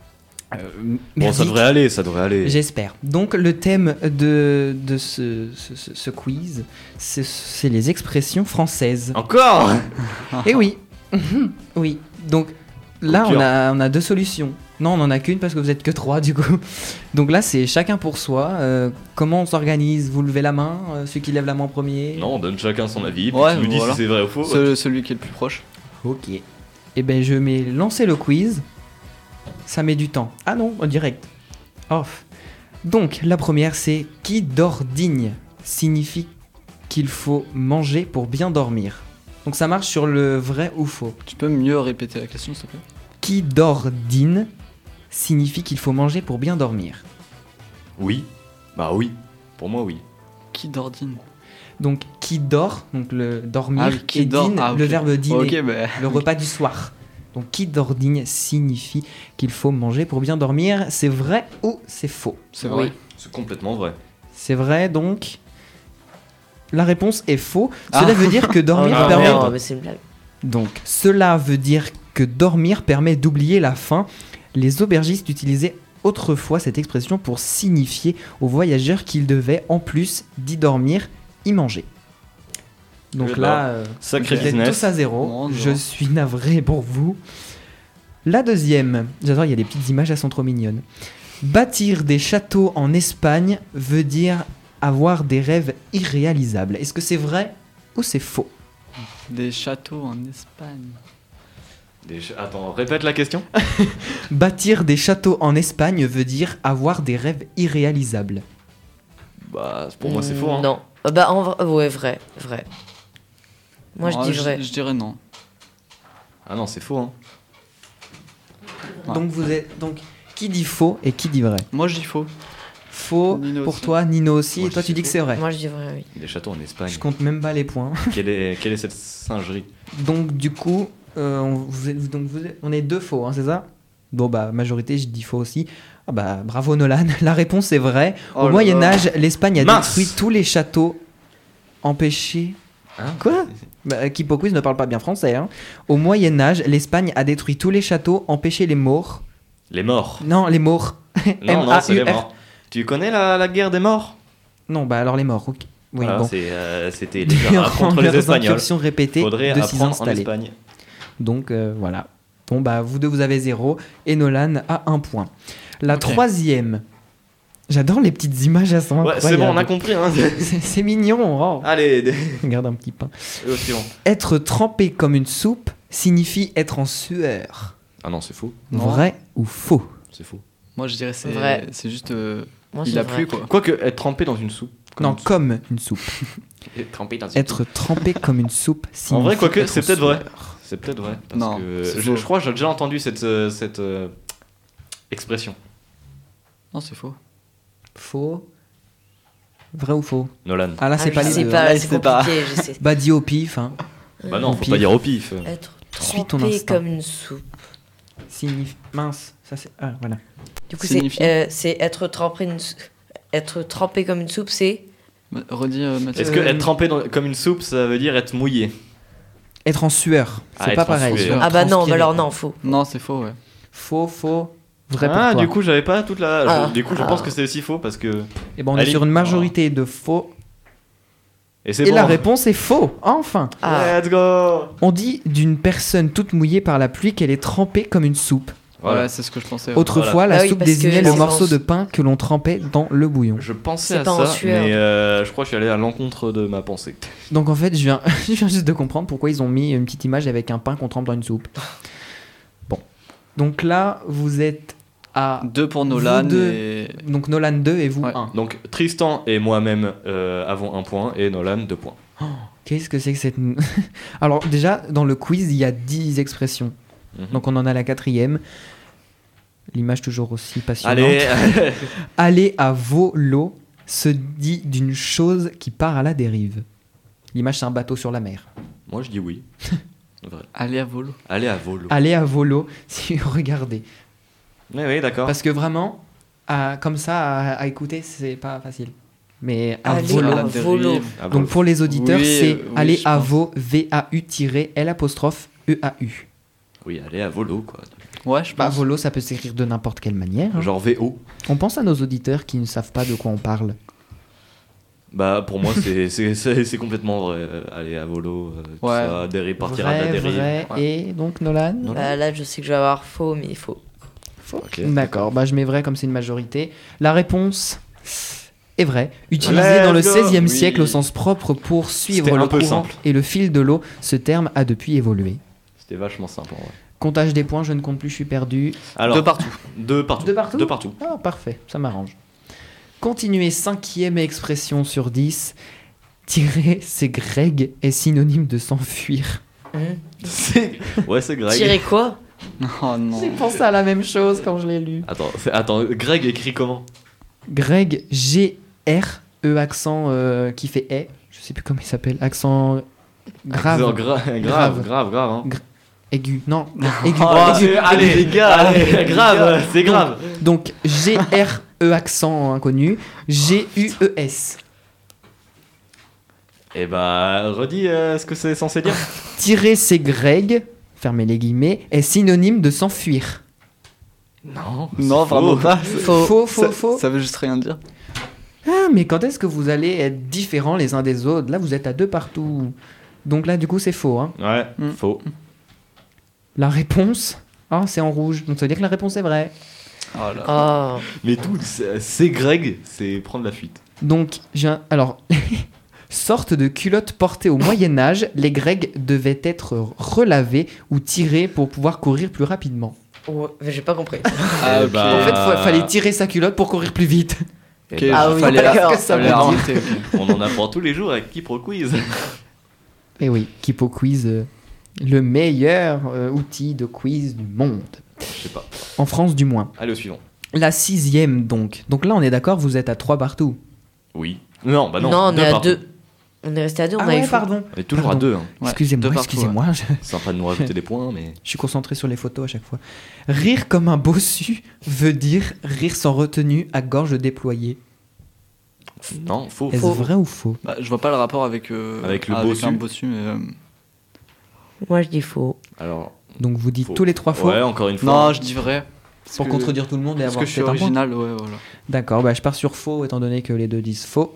Euh, Bon, merci. ça devrait aller, ça devrait aller. J'espère. Donc le thème de, de ce, ce, ce- ce quiz, c'est, c'est les expressions françaises. Encore Et oui, oui. Donc là, Coup de on cœur. a, on a deux solutions. Non, on n'en a qu'une parce que vous êtes que trois du coup. Donc là, c'est chacun pour soi. Euh, comment on s'organise? Vous levez la main, euh, celui qui lève la main en premier. Non, on donne chacun son avis, puis Ouais, tu nous dis voilà. si c'est vrai ou faux. Ce- celui qui est le plus proche. Ok. Et ben je mets lancer le quiz. Ça met du temps. Ah non, en direct. Off. Donc la première c'est qui dort digne signifie qu'il faut manger pour bien dormir. Donc ça marche sur le vrai ou faux. Tu peux mieux répéter la question, s'il te plaît? Qui dort digne signifie qu'il faut manger pour bien dormir. Oui. Bah oui. Pour moi, oui. Qui dordine? Donc qui dort, donc le dormir, Ah oui, qui et dort. dîne, Ah, ok. le verbe dîner, Ok, bah. le repas du soir. Donc qui dort digne signifie qu'il faut manger pour bien dormir. C'est vrai ou c'est faux? C'est vrai. Oui. C'est complètement vrai. C'est vrai, donc la réponse est faux. Ah. Cela veut dire que dormir Ah, permet. merde. non, mais c'est une blague. Donc cela veut dire que dormir permet d'oublier la faim. Les aubergistes utilisaient autrefois cette expression pour signifier aux voyageurs qu'ils devaient en plus d'y dormir, y manger. Donc Eh là, euh, Sacré vous êtes business. tous à zéro. Bon, Je bon. suis navré pour vous. La deuxième, j'adore, il y a des petites images, elles sont trop mignonnes. Bâtir des châteaux en Espagne veut dire avoir des rêves irréalisables. Est-ce que c'est vrai ou c'est faux? Des châteaux en Espagne. Des ch- Attends, répète la question. Bâtir des châteaux en Espagne veut dire avoir des rêves irréalisables. Bah, pour moi, c'est Mm, faux. Hein. Non. Ah bah, en vrai, ouais, vrai, vrai. Moi, Non, je dis vrai. Je dirais non. Ah non, c'est faux. Hein. Ouais. Donc vous êtes donc qui dit faux et qui dit vrai? Moi, je dis faux. Faux Nino pour aussi. toi, Nino aussi, Moi, et toi je tu dis dis que faux. c'est vrai. Moi, je dis vrai, oui. Des châteaux en Espagne. Je compte même pas les points. quelle, est, quelle est cette singerie? Donc du coup, euh, on, vous êtes, donc vous êtes- on est deux faux, hein, c'est ça? Bon bah majorité, je dis faux aussi. Ah bah bravo Nolan, la réponse est vraie. Oh Au là Moyen là. Âge, l'Espagne a Mince. détruit tous les châteaux empêchés. Hein Quoi? Bah, Kipo Quiz ne parle pas bien français. Hein. Au Moyen Âge, l'Espagne a détruit tous les châteaux, empêché les morts. Les morts. Non, les morts. Non, non, c'est les M A U R. morts. Tu connais la, la guerre des morts? Non, bah alors les morts. ok. Oui, Voilà, bon. c'est, euh, c'était les guerres Durant contre les leurs Espagnols. incursions répétées Faudrait de s'y apprendre en installer. Espagne. Donc euh, voilà. Bon bah vous deux vous avez zéro et Nolan a un point. La Ok. troisième. J'adore les petites images, elles sont Ouais, incroyables. c'est bon, on a compris. Hein. C'est c'est mignon. oh. Allez, des- Regarde un petit pain. au suivant. Être trempé comme une soupe signifie être en sueur. Ah non, c'est faux. Non. Vrai ou faux? C'est faux. Moi, je dirais c'est Vrai. c'est juste. euh, Moi, il c'est a vrai. plu, quoi. Quoique, être trempé dans une soupe. Non, une soupe. comme une soupe. Être trempé dans une Être trempé comme une soupe signifie En vrai, quoique, être c'est en peut-être vrai. sueur. C'est peut-être vrai. Parce Non, que c'est je, faux. je crois que j'ai déjà entendu cette, euh, cette euh, expression. Non, c'est faux. Faux. Vrai ou faux? Nolan. Ah là, Ah, c'est je pas les sais deux. pas, Là, c'est c'est pas- compliqué, je sais. Bah dis au pif. Hein. Bah non, Au faut pif. pas dire au pif. Être Suis ton trempé instinct. comme une soupe. Signifie... Mince. Ça c'est... Ah voilà. Du coup, Signifie- c'est euh, c'est être trempé une sou- être trempé comme une soupe, c'est Ma- Redis, euh, Mathieu. Est-ce que Euh, être trempé dans- comme une soupe, ça veut dire être mouillé? Être en sueur. Ah, C'est être pas en pareil. sueur. Ah bah non, Transpirer. mais alors non, faux. Non, c'est faux, ouais. Faux, faux. Vrai Ah, pour toi. du coup, j'avais pas toute la. je- Ah. Du coup, je Ah. pense que c'est aussi faux parce que. Et ben on est Allez. sur une majorité de faux. Et c'est Et bon. la réponse est faux. Enfin. Ah, Let's go! On dit d'une personne toute mouillée par la pluie qu'elle est trempée comme une soupe. Voilà. Ouais, c'est ce que je pensais. ouais. Autrefois, la Ah oui, soupe parce que désignait c'est le morceau en- de pain que l'on trempait dans le bouillon. Je pensais C'est à pas en ça, sueur. mais euh, je crois que je suis allé à l'encontre de ma pensée. Donc en fait, je viens, je viens juste de comprendre pourquoi ils ont mis une petite image avec un pain qu'on trempe dans une soupe. Bon. Donc là, vous êtes à... Deux pour Nolan Vous deux. et. Donc Nolan deux et vous Ouais. un. Donc Tristan et moi-même euh, avons un point et Nolan deux points. Qu'est-ce que c'est que cette... Alors déjà, dans le quiz, il y a dix expressions. Mhm. Donc on en a la quatrième. L'image toujours aussi passionnante. Allez, Aller à volo se dit d'une chose qui part à la dérive. L'image, c'est un bateau sur la mer. moi je dis oui. Vrai. Aller à volo. Allez à volo. Aller à volo, si vous regardez. Oui, oui, d'accord. Parce que vraiment, à- comme ça, à, à écouter, c'est pas facile. Mais à Aller volo. à la volo. dérive. À volo. Donc pour les auditeurs, Oui, c'est euh, oui, aller je à pense. vo, V A U-L apostrophe E A U. Oui, aller à volo, quoi. Ouais, je Bah, pense. volo, ça peut s'écrire de n'importe quelle manière. hein. Genre V O. On pense à nos auditeurs qui ne savent pas de quoi on parle. Bah, pour moi, c'est, c'est, c'est, c'est complètement vrai. euh, Aller à volo, euh, tout Ouais. ça, dérive, partir à Vrai, la dérive. vrai. Ouais. Et donc, Nolan Bah, là, je sais que je vais avoir faux, mais faux. Faux. Ok. D'accord, bah, je mets vrai comme c'est une majorité. La réponse est vraie. Utilisé Let's dans le go. seizième Oui. siècle au sens propre pour suivre C'était le un peu courant simple. et le fil de l'eau, ce terme a depuis évolué. C'était vachement simple, en vrai. Comptage des points, je ne compte plus, je suis perdu. Alors, De partout. Deux partout. Deux partout Deux partout. Ah, parfait, ça m'arrange. Continuez, cinquième expression sur dix. Tirer, c'est Greg, est synonyme de s'enfuir. Hum. C'est... Ouais, c'est Greg. Tirer quoi? Oh non. J'ai pensé à la même chose quand je l'ai lu. Attends, c'est- attends, Greg écrit comment? Greg, G R, E accent euh, qui fait E. Je sais plus comment il s'appelle. Accent grave. Genre, gra- grave, Grave. grave, grave, hein. Aigu. Non, aigu. Oh, aigu. c'est- allez, les gars, allez, grave, c'est grave. Donc, G R E accent inconnu. G U E S. Et bah, redis euh, ce que c'est censé dire. Tirer, c'est Greg, fermez les guillemets, est synonyme de s'enfuir. Non, Non, c'est vraiment faux. pas. Faux, faux, faux, Ça, faux. ça veut juste rien dire. Ah, mais quand est-ce que vous allez être différents les uns des autres? Là, vous êtes à deux partout. Donc là, du coup, c'est faux. Hein. Ouais, Mm. faux. La réponse, ah, c'est en rouge. Donc ça veut dire que la réponse est vraie. Oh là. Oh. Mais tout, c'est, c'est Greg, c'est prendre la fuite. Donc, j'ai un... alors, sorte de culotte portée au Moyen-Âge, les Grecs devaient être relavés ou tirés pour pouvoir courir plus rapidement. Ouais, mais j'ai pas compris. Ah, Eh ok. bah, En fait, il fallait tirer sa culotte pour courir plus vite. Ok, Eh bah, Ah oui, fallait d'accord. la, Ça fallait veut la dire. inventer, ok. on en apprend tous les jours avec Kipro Quiz. Et oui, Kipo Quiz, euh, le meilleur euh, outil de quiz du monde. Je sais pas. En France, du moins. Allez au suivant. La sixième, donc. Donc là, on est d'accord, vous êtes à trois partout. Oui. Non, bah non. on deux est à partout. deux. On est resté à deux, on Ah a eu ouais, faux. pardon. On est toujours Pardon. à deux. Hein. Ouais, excusez-moi, deux partout, excusez-moi. Je... C'est sympa de nous rajouter des points, mais. je suis concentré sur les photos à chaque fois. Rire comme un bossu veut dire rire sans retenue à gorge déployée. Non, faux. Est-ce Faux. vrai ou faux? Bah, je vois pas le rapport avec, euh, Avec le bossu. un bossu, mais. euh, Moi, je dis faux. Alors. Donc vous dites Faux. tous les trois faux Ouais, encore une fois. Non, je dis vrai. Parce pour que- contredire tout le monde et Parce avoir que je suis peut-être un point. original, ouais, voilà. D'accord, bah je pars sur faux étant donné que les deux disent faux.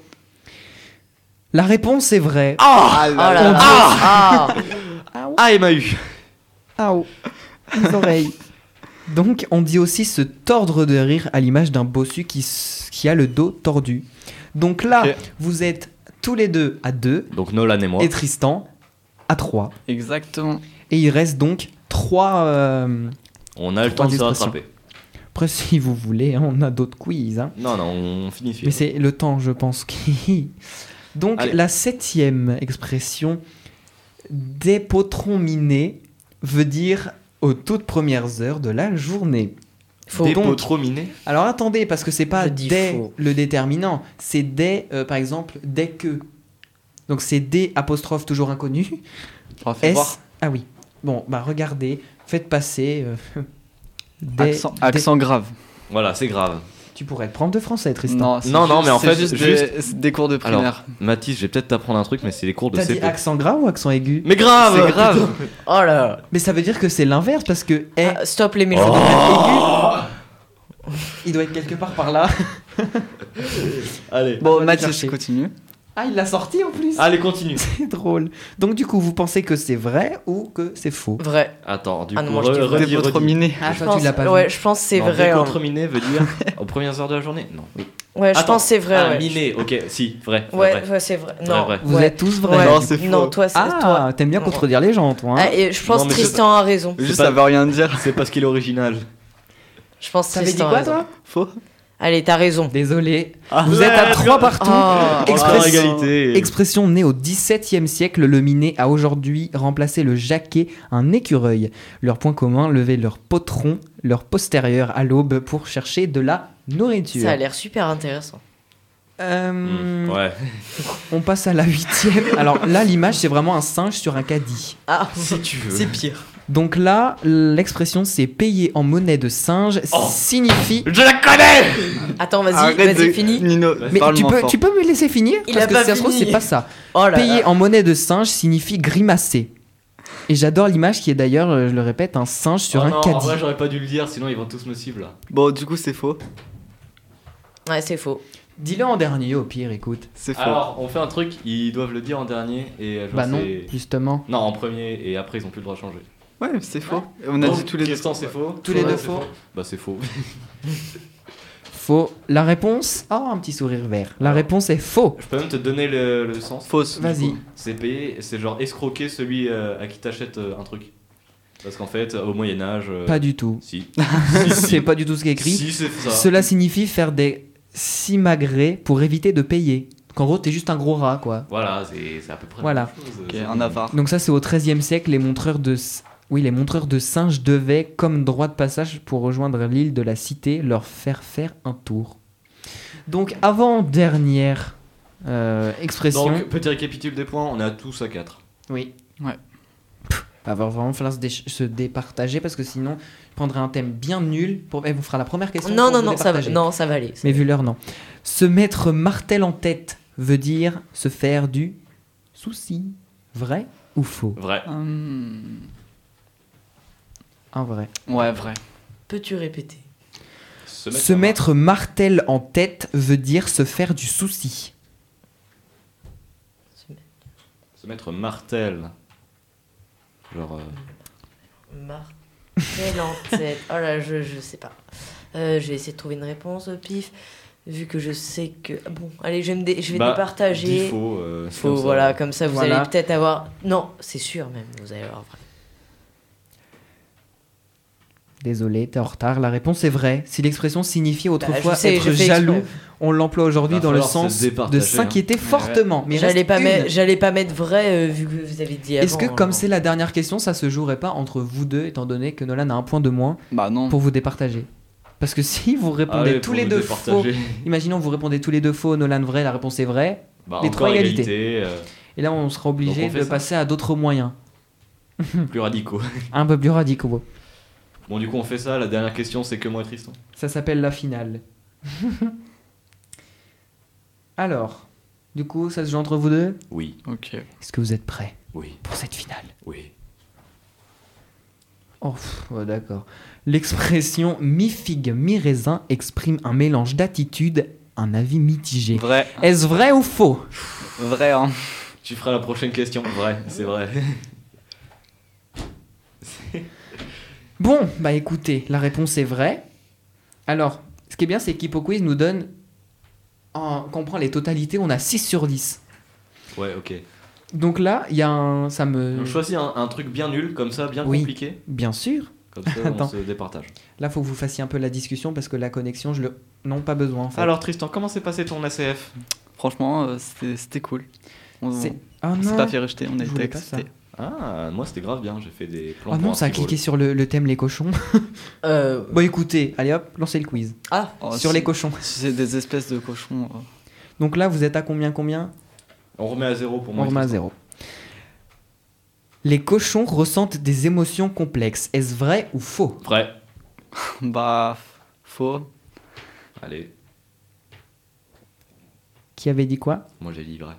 La réponse est vraie. Ah Oh là là. Ah. Ah, M A U. Ah oh, les oreilles. Donc, on dit aussi se tordre de rire à l'image d'un bossu qui, s- qui a le dos tordu. Donc là, Ok. vous êtes tous les deux à deux Donc Nolan et moi. et Tristan à trois. Exactement. Et il reste donc trois. euh, On a le Trois temps de se expressions. rattraper. Après, si vous voulez, hein, on a d'autres quiz. hein. Non, non, on finit Mais c'est le temps, je pense. qui- Donc, Allez. la septième expression, dépotrominé, veut dire aux toutes premières heures de la journée. Faux. Donc, Dépotrominé. alors attendez, parce que c'est pas Je dis dès faux. le déterminant, c'est dès, euh, par exemple, dès que. Donc c'est dès apostrophe toujours inconnu. On fait S. voir. Ah oui. Bon, bah regardez, faites passer. euh, dès- Accent, dès- accent grave. Voilà, c'est grave. Tu pourrais être prof de français, Tristan. c'est Non, non, juste- mais en c'est fait, juste, juste- des, c'est des cours de Alors, primaire. Mathis, je vais peut-être t'apprendre un truc, mais c'est les cours de T'as dit C P. accent grave ou accent aigu? Mais grave, C'est grave. Oh là là. Mais ça veut dire que c'est l'inverse parce que eh, Ah, stop les Oh. méchants. aigu, il doit être quelque part par là. Allez. Bon, on va Mathis, chercher. je continue. Ah, il l'a sorti en plus. Allez, continue. C'est drôle. Donc du coup, vous pensez que c'est vrai ou que c'est faux? Vrai. Attends, du Ah coup, non, moi, je dis re- vrai. redis, redis. Dépotrominé. Ah, Je toi, pense, tu l'as pas ouais, vu. je pense que c'est Non, vrai. hein. Décontraminé veut dire aux premières heures de la journée. Non. Ouais, je Attends. pense que c'est vrai. Ah, ouais. miné, ok, si, vrai. vrai, Ouais, vrai. ouais, c'est vrai. Vrai, Non, vrai. Vous ouais. êtes tous vrais. Ouais. Non, c'est faux. Non, toi, c'est toi. Ah, t'aimes bien contredire les gens, toi. Hein. Ah, et je pense Non, que mais c'est- Tristan a raison. Juste, pas- ça veut rien dire. C'est parce qu'il est original. Je pense que T'avais dit Tristan a quoi, raison. toi? Faux. Allez, t'as raison. Désolé. Ah, Vous ouais, êtes à let's trois go. partout. Ah. Express- Encore égalité. Expression née au dix-septième siècle, le miné a aujourd'hui remplacé le jaquet, un écureuil. Leur point commun, lever leur potron, leur postérieur à l'aube pour chercher de la nourriture. Ça a l'air super intéressant. Euh, Mmh, ouais. On passe à la huitième. Alors là, l'image, c'est vraiment un singe sur un caddie. Ah, Si tu veux. c'est pire. Donc là, l'expression c'est payer en monnaie de singe Oh. signifie... Je la connais. Attends, vas-y, Arrête vas-y, de- fini. Nino, Mais parle tu moins peux, fort. tu peux me laisser finir? Il Parce a que pas si ça se trouve, fini. c'est pas ça. Oh là Payer là. en monnaie de singe signifie grimacer. Et j'adore l'image qui est d'ailleurs, euh, je le répète, un singe sur Oh un non, en caddie. vrai, j'aurais pas dû le dire, sinon ils vont tous me suivre là. Bon, du coup, c'est faux. Ouais, c'est faux. Dis-le en dernier au pire, écoute. C'est faux. Alors, on fait un truc, ils doivent le dire en dernier et euh, genre, Bah non, c'est- justement. Non, en premier et après ils ont plus le droit de changer. Ouais, c'est faux. Et on a Donc, dit tous les deux. Tristan, c'est faux. Tous les Toi, deux c'est faux. Bah c'est faux. Faux. La réponse... Oh, un petit sourire vert. La réponse est faux. Je peux même te donner le, le sens. Fausse. du Vas-y. coup. C'est payer, c'est genre escroquer celui euh, à qui t'achètes euh, un truc. Parce qu'en fait, au Moyen-Âge. euh, Pas du tout. Si. C'est pas du tout ce qui est écrit. Si, c'est ça. Cela signifie faire des simagrées pour éviter de payer. Donc en gros, t'es juste un gros rat, quoi. Voilà, c'est c'est à peu près Voilà. la même chose. Ok, C'est- un avare. Donc ça, c'est au treizième siècle, les montreurs de... s- Oui, les montreurs de singes devaient, comme droit de passage pour rejoindre l'île de la Cité, leur faire faire un tour. Donc, avant-dernière euh, expression... Donc, petit récapitule des points, on est à tous à quatre. Oui. Ouais. Pff, va vraiment falloir se, dé- se départager parce que sinon, je prendrai un thème bien nul. Pour... Elle vous fera la première question. Non, pour non, vous non, ça va, départager. non, ça va aller. Mais vu l'heure, non. Se mettre martel en tête veut dire se faire du souci. Vrai ou faux? Vrai. Hum, Un vrai. Ouais, vrai. Peux-tu répéter? Se Se mettre martel en tête veut dire se faire du souci. Se mettre martel. Genre. euh, Martel en tête. Oh là, je, je sais pas. Euh, je vais essayer de trouver une réponse au pif. Vu que je sais que. ah bon, allez, je vais, me dé- je vais bah, départager. dis faux. euh, c'est Faux, comme ça. voilà, comme ça vous Voilà. allez peut-être avoir. Non, c'est sûr même, vous allez avoir vrai. Désolé, t'es en retard. La réponse est vraie. Si l'expression signifiait Bah, autrefois je sais, être je fais jaloux, exprès. on l'emploie aujourd'hui Va dans le falloir se sens de départager, s'inquiéter hein. fortement. Mais J'allais reste pas, une. mettre- j'allais pas mettre vrai euh, vu que vous avez dit avant. Est-ce que comme genre. c'est la dernière question, ça se jouerait pas entre vous deux, étant donné que Nolan a un point de moins Bah non. pour vous départager? Parce que si vous répondez Allez, tous pour les nous deux faux, départager. imaginons vous répondez tous les deux faux, Nolan vrai, la réponse est vraie, Bah, Les encore trois égalités. égalité, euh, et là on sera obligé Donc on fait de ça. passer à d'autres moyens, plus radicaux. un peu plus radicaux. Bon, du coup, on fait ça. La dernière question, c'est que moi et Tristan. Ça s'appelle la finale. Alors, du coup, ça se joue entre vous deux. Oui, Ok. Est-ce que vous êtes prêts oui, pour cette finale? oui. Oh, pff, ouais, d'accord. L'expression mi-figue, mi-raisin exprime un mélange d'attitudes, un avis mitigé. Vrai. Est-ce vrai ou faux? Vrai, hein. Tu feras la prochaine question. Vrai, c'est vrai. Bon, bah écoutez, la réponse est vraie. Alors, ce qui est bien, c'est qu'Hippo Quiz nous donne, en, quand on prend les totalités, on a six sur dix. Ouais, ok. Donc là, il y a un... Ça me... On choisit un, un truc bien nul, comme ça, bien Oui. compliqué. Bien sûr. Comme ça, on Attends. se départage. Là, faut que vous fassiez un peu la discussion parce que la connexion, je le... Non, pas besoin en fait. Alors, Tristan, comment s'est passé ton A C F? Franchement, euh, c'était c'était cool. On C'est... on Ah s'est non. pas fait rejeter, on a Je été voulais pas ça. accepté. Ah, moi, c'était grave bien. J'ai fait des plans Oh pour non, un ça a frivole. cliqué sur le, le thème les cochons. Euh, Bon, écoutez, allez hop, lancez le quiz. Ah, Oh, sur si- les cochons. Si c'est des espèces de cochons. euh, Donc là, vous êtes à combien, combien? On remet à zéro pour moi. On et remet à Tristan. zéro. Les cochons ressentent des émotions complexes. Est-ce vrai ou faux? Vrai. Bah, faux. Allez, Qui avait dit quoi? moi j'ai dit vrai.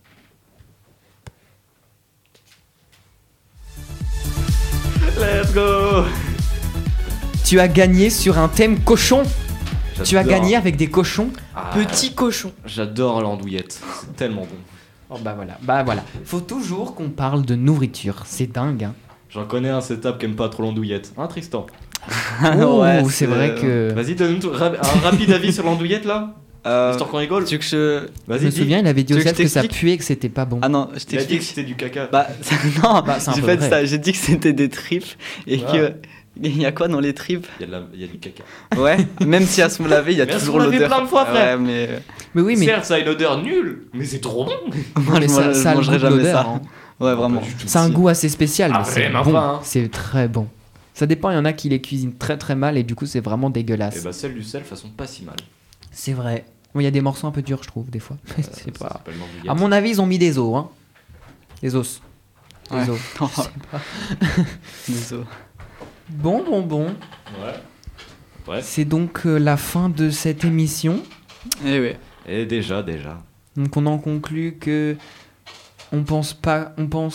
Let's go. Tu as gagné sur un thème cochon. Tu as J'adore- gagné avec des cochons. Ah, petit cochon. J'adore l'andouillette. C'est tellement bon. Oh bah voilà, bah voilà. Faut toujours qu'on parle de nourriture. C'est dingue. Hein. J'en connais un setup qui aime pas trop l'andouillette. Hein, Tristan? Oh, Ouais, c'est vrai que. Vas-y, donne-nous tout- ra- un rapide avis sur l'andouillette là. Euh, Histoire qu'on rigole. tu veux que je. Je Vas-y, me dis. souviens, il avait dit Tu au veux que chef je que ça t'explique puait et que c'était pas bon. Ah non, je Il a dit que t'explique. c'était du caca. Bah, non, Bah, c'est un j'ai peu fait vrai. ça. J'ai dit que c'était des tripes et Ah. que. Il y a quoi dans les tripes? Il y, a de la- il y a du caca. Ouais, même si elles sont lavées, il y a Mais elles toujours sont lavées l'odeur. plein de fois, frère. Ouais, mais. Mais oui, mais. Certes, ça a une odeur nulle, mais c'est trop bon. Non, mais je ça, mange- ça a je le goût mangerai de jamais l'odeur, ça. hein. Ouais, vraiment. Pas du tout. C'est un goût assez spécial, Ah, mais c'est vraiment bon. pas, hein. C'est très bon. Ça dépend, il y en a qui les cuisinent très très mal et du coup c'est vraiment dégueulasse. Et bah, celle du sel, façon pas si mal. C'est vrai. Bon, il y a des morceaux un peu durs, je trouve, des fois. Euh, c'est ça pas. s'appelle l'andouillette. À mon avis, ils ont mis des os, hein. Des os. Des Ouais. os. Oh. Désolé. Bon, bon, bon. Ouais. Ouais. C'est donc euh, la fin de cette émission. Eh oui. Et déjà, déjà. Donc on en conclut que on pense pas, on pense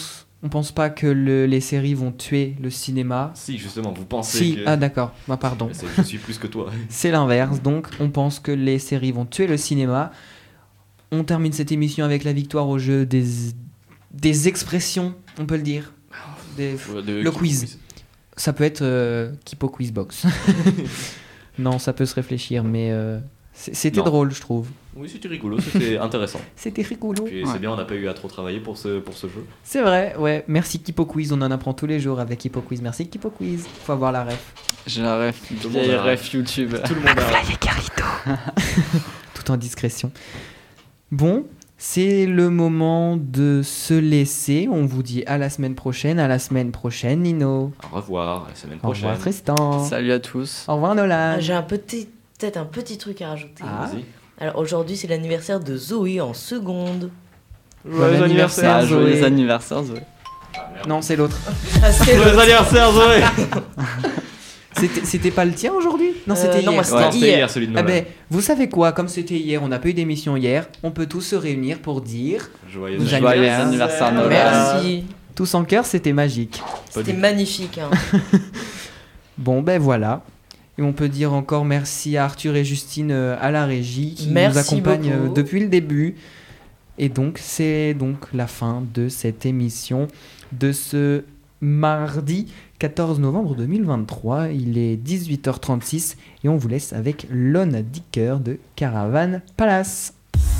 On pense pas que le- les séries vont tuer le cinéma. Si, justement, vous pensez Si, que... ah d'accord, bah, pardon. Mais c'est- Je suis plus que toi. C'est l'inverse, donc on pense que les séries vont tuer le cinéma. On termine cette émission avec la victoire au jeu des, des expressions, on peut le dire. Des- De- le quiz. Ça peut être euh, Kipo Quiz Box. Non, ça peut se réfléchir, mais euh, c'est- c'était Non. drôle, je trouve. Oui, c'était rigolo, c'était intéressant. C'était rigolo. Puis Ouais. c'est bien, on n'a pas eu à trop travailler pour ce, pour ce jeu. C'est vrai, ouais. Merci Kipo Quiz, on en apprend tous les jours avec Kipo Quiz. Merci Kipo Quiz. Faut avoir la ref. J'ai la ref, Tout le monde vieille a- ref YouTube. Tout le monde a... Tout en discrétion. Bon, c'est le moment de se laisser. On vous dit à la semaine prochaine. À la semaine prochaine, Nino. Au revoir, à la semaine Au prochaine. revoir, Tristan. Salut à tous. Au revoir, Nolan. Ah, J'ai un petit, peut-être un petit truc à rajouter. Ah. Vas-y. Alors aujourd'hui, c'est l'anniversaire de Zoé en seconde. Joyeux anniversaire, Ah, joyeux Zoé. anniversaire, Zoé. Non, c'est l'autre. Ah, c'était Joyeux anniversaire, Zoé. C'était c'était pas le tien aujourd'hui? Non, Euh, c'était non, hier. moi, c'était Non, c'était hier. hier, celui de Ah Noël. ben, vous savez quoi? Comme c'était hier, on n'a pas eu d'émission hier, on peut tous se réunir pour dire Joyeux Joyeux Joyeux anniversaire. anniversaire, Noël. Merci. tous en cœur, c'était magique. Pas C'était du- magnifique. Hein. Bon, ben voilà. Et on peut dire encore merci à Arthur et Justine euh, à la régie qui Merci nous accompagnent euh, beaucoup. depuis le début. Et donc, c'est donc la fin de cette émission de ce mardi quatorze novembre deux mille vingt-trois. Il est dix-huit heures trente-six et on vous laisse avec Lon Dicker de Caravan Palace.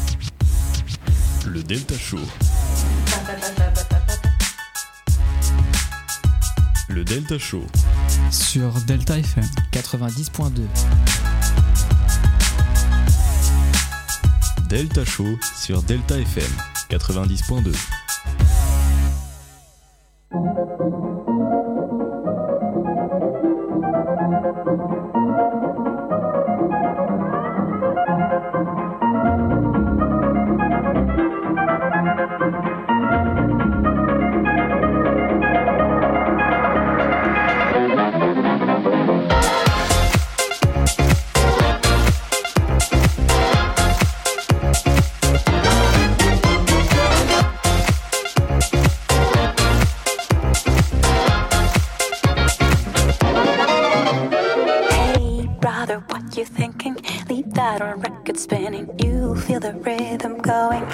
Le Delta Show. Le Delta Show. Sur Delta F M. quatre-vingt-dix point deux. Delta Show sur Delta F M quatre-vingt-dix point deux. Hey, brother, what you thinking? Leave that on record spinning. You feel the rhythm going.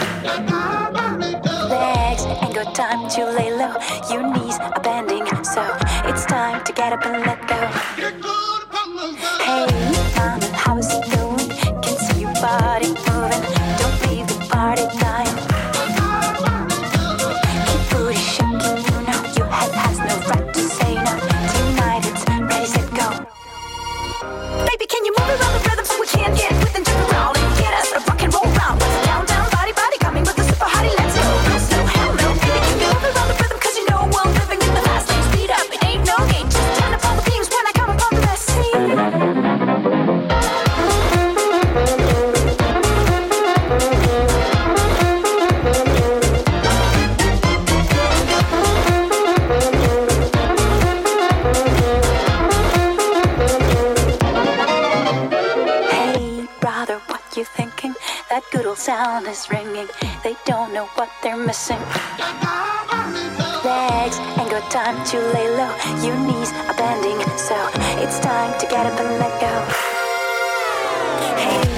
Legs ain't got time to lay low. Your knees are bending, so it's time to get up and let go. Hey, mama, how's it going? Can see your body moving. Don't leave the party dying. Keep booty shaking, you know your head has no right to say no. Tonight it's ready, set, go. Baby, can you move around the rhythm so we can get with and jump around and get us a rock and roll round? What's the countdown? Body, body coming with the super hottie. Let's go. No slow, hell no. Baby, can you move around the rhythm? Cause you know we're living in the fast lane. Speed up, it ain't no game. Just turn up all the beams when I come upon the best scene. Hey, brother, what you thinking? That good old sound is ringing. They don't know what they're missing. Legs ain't got time to lay low. Your knees are bending, so it's time to get up and let go. Hey,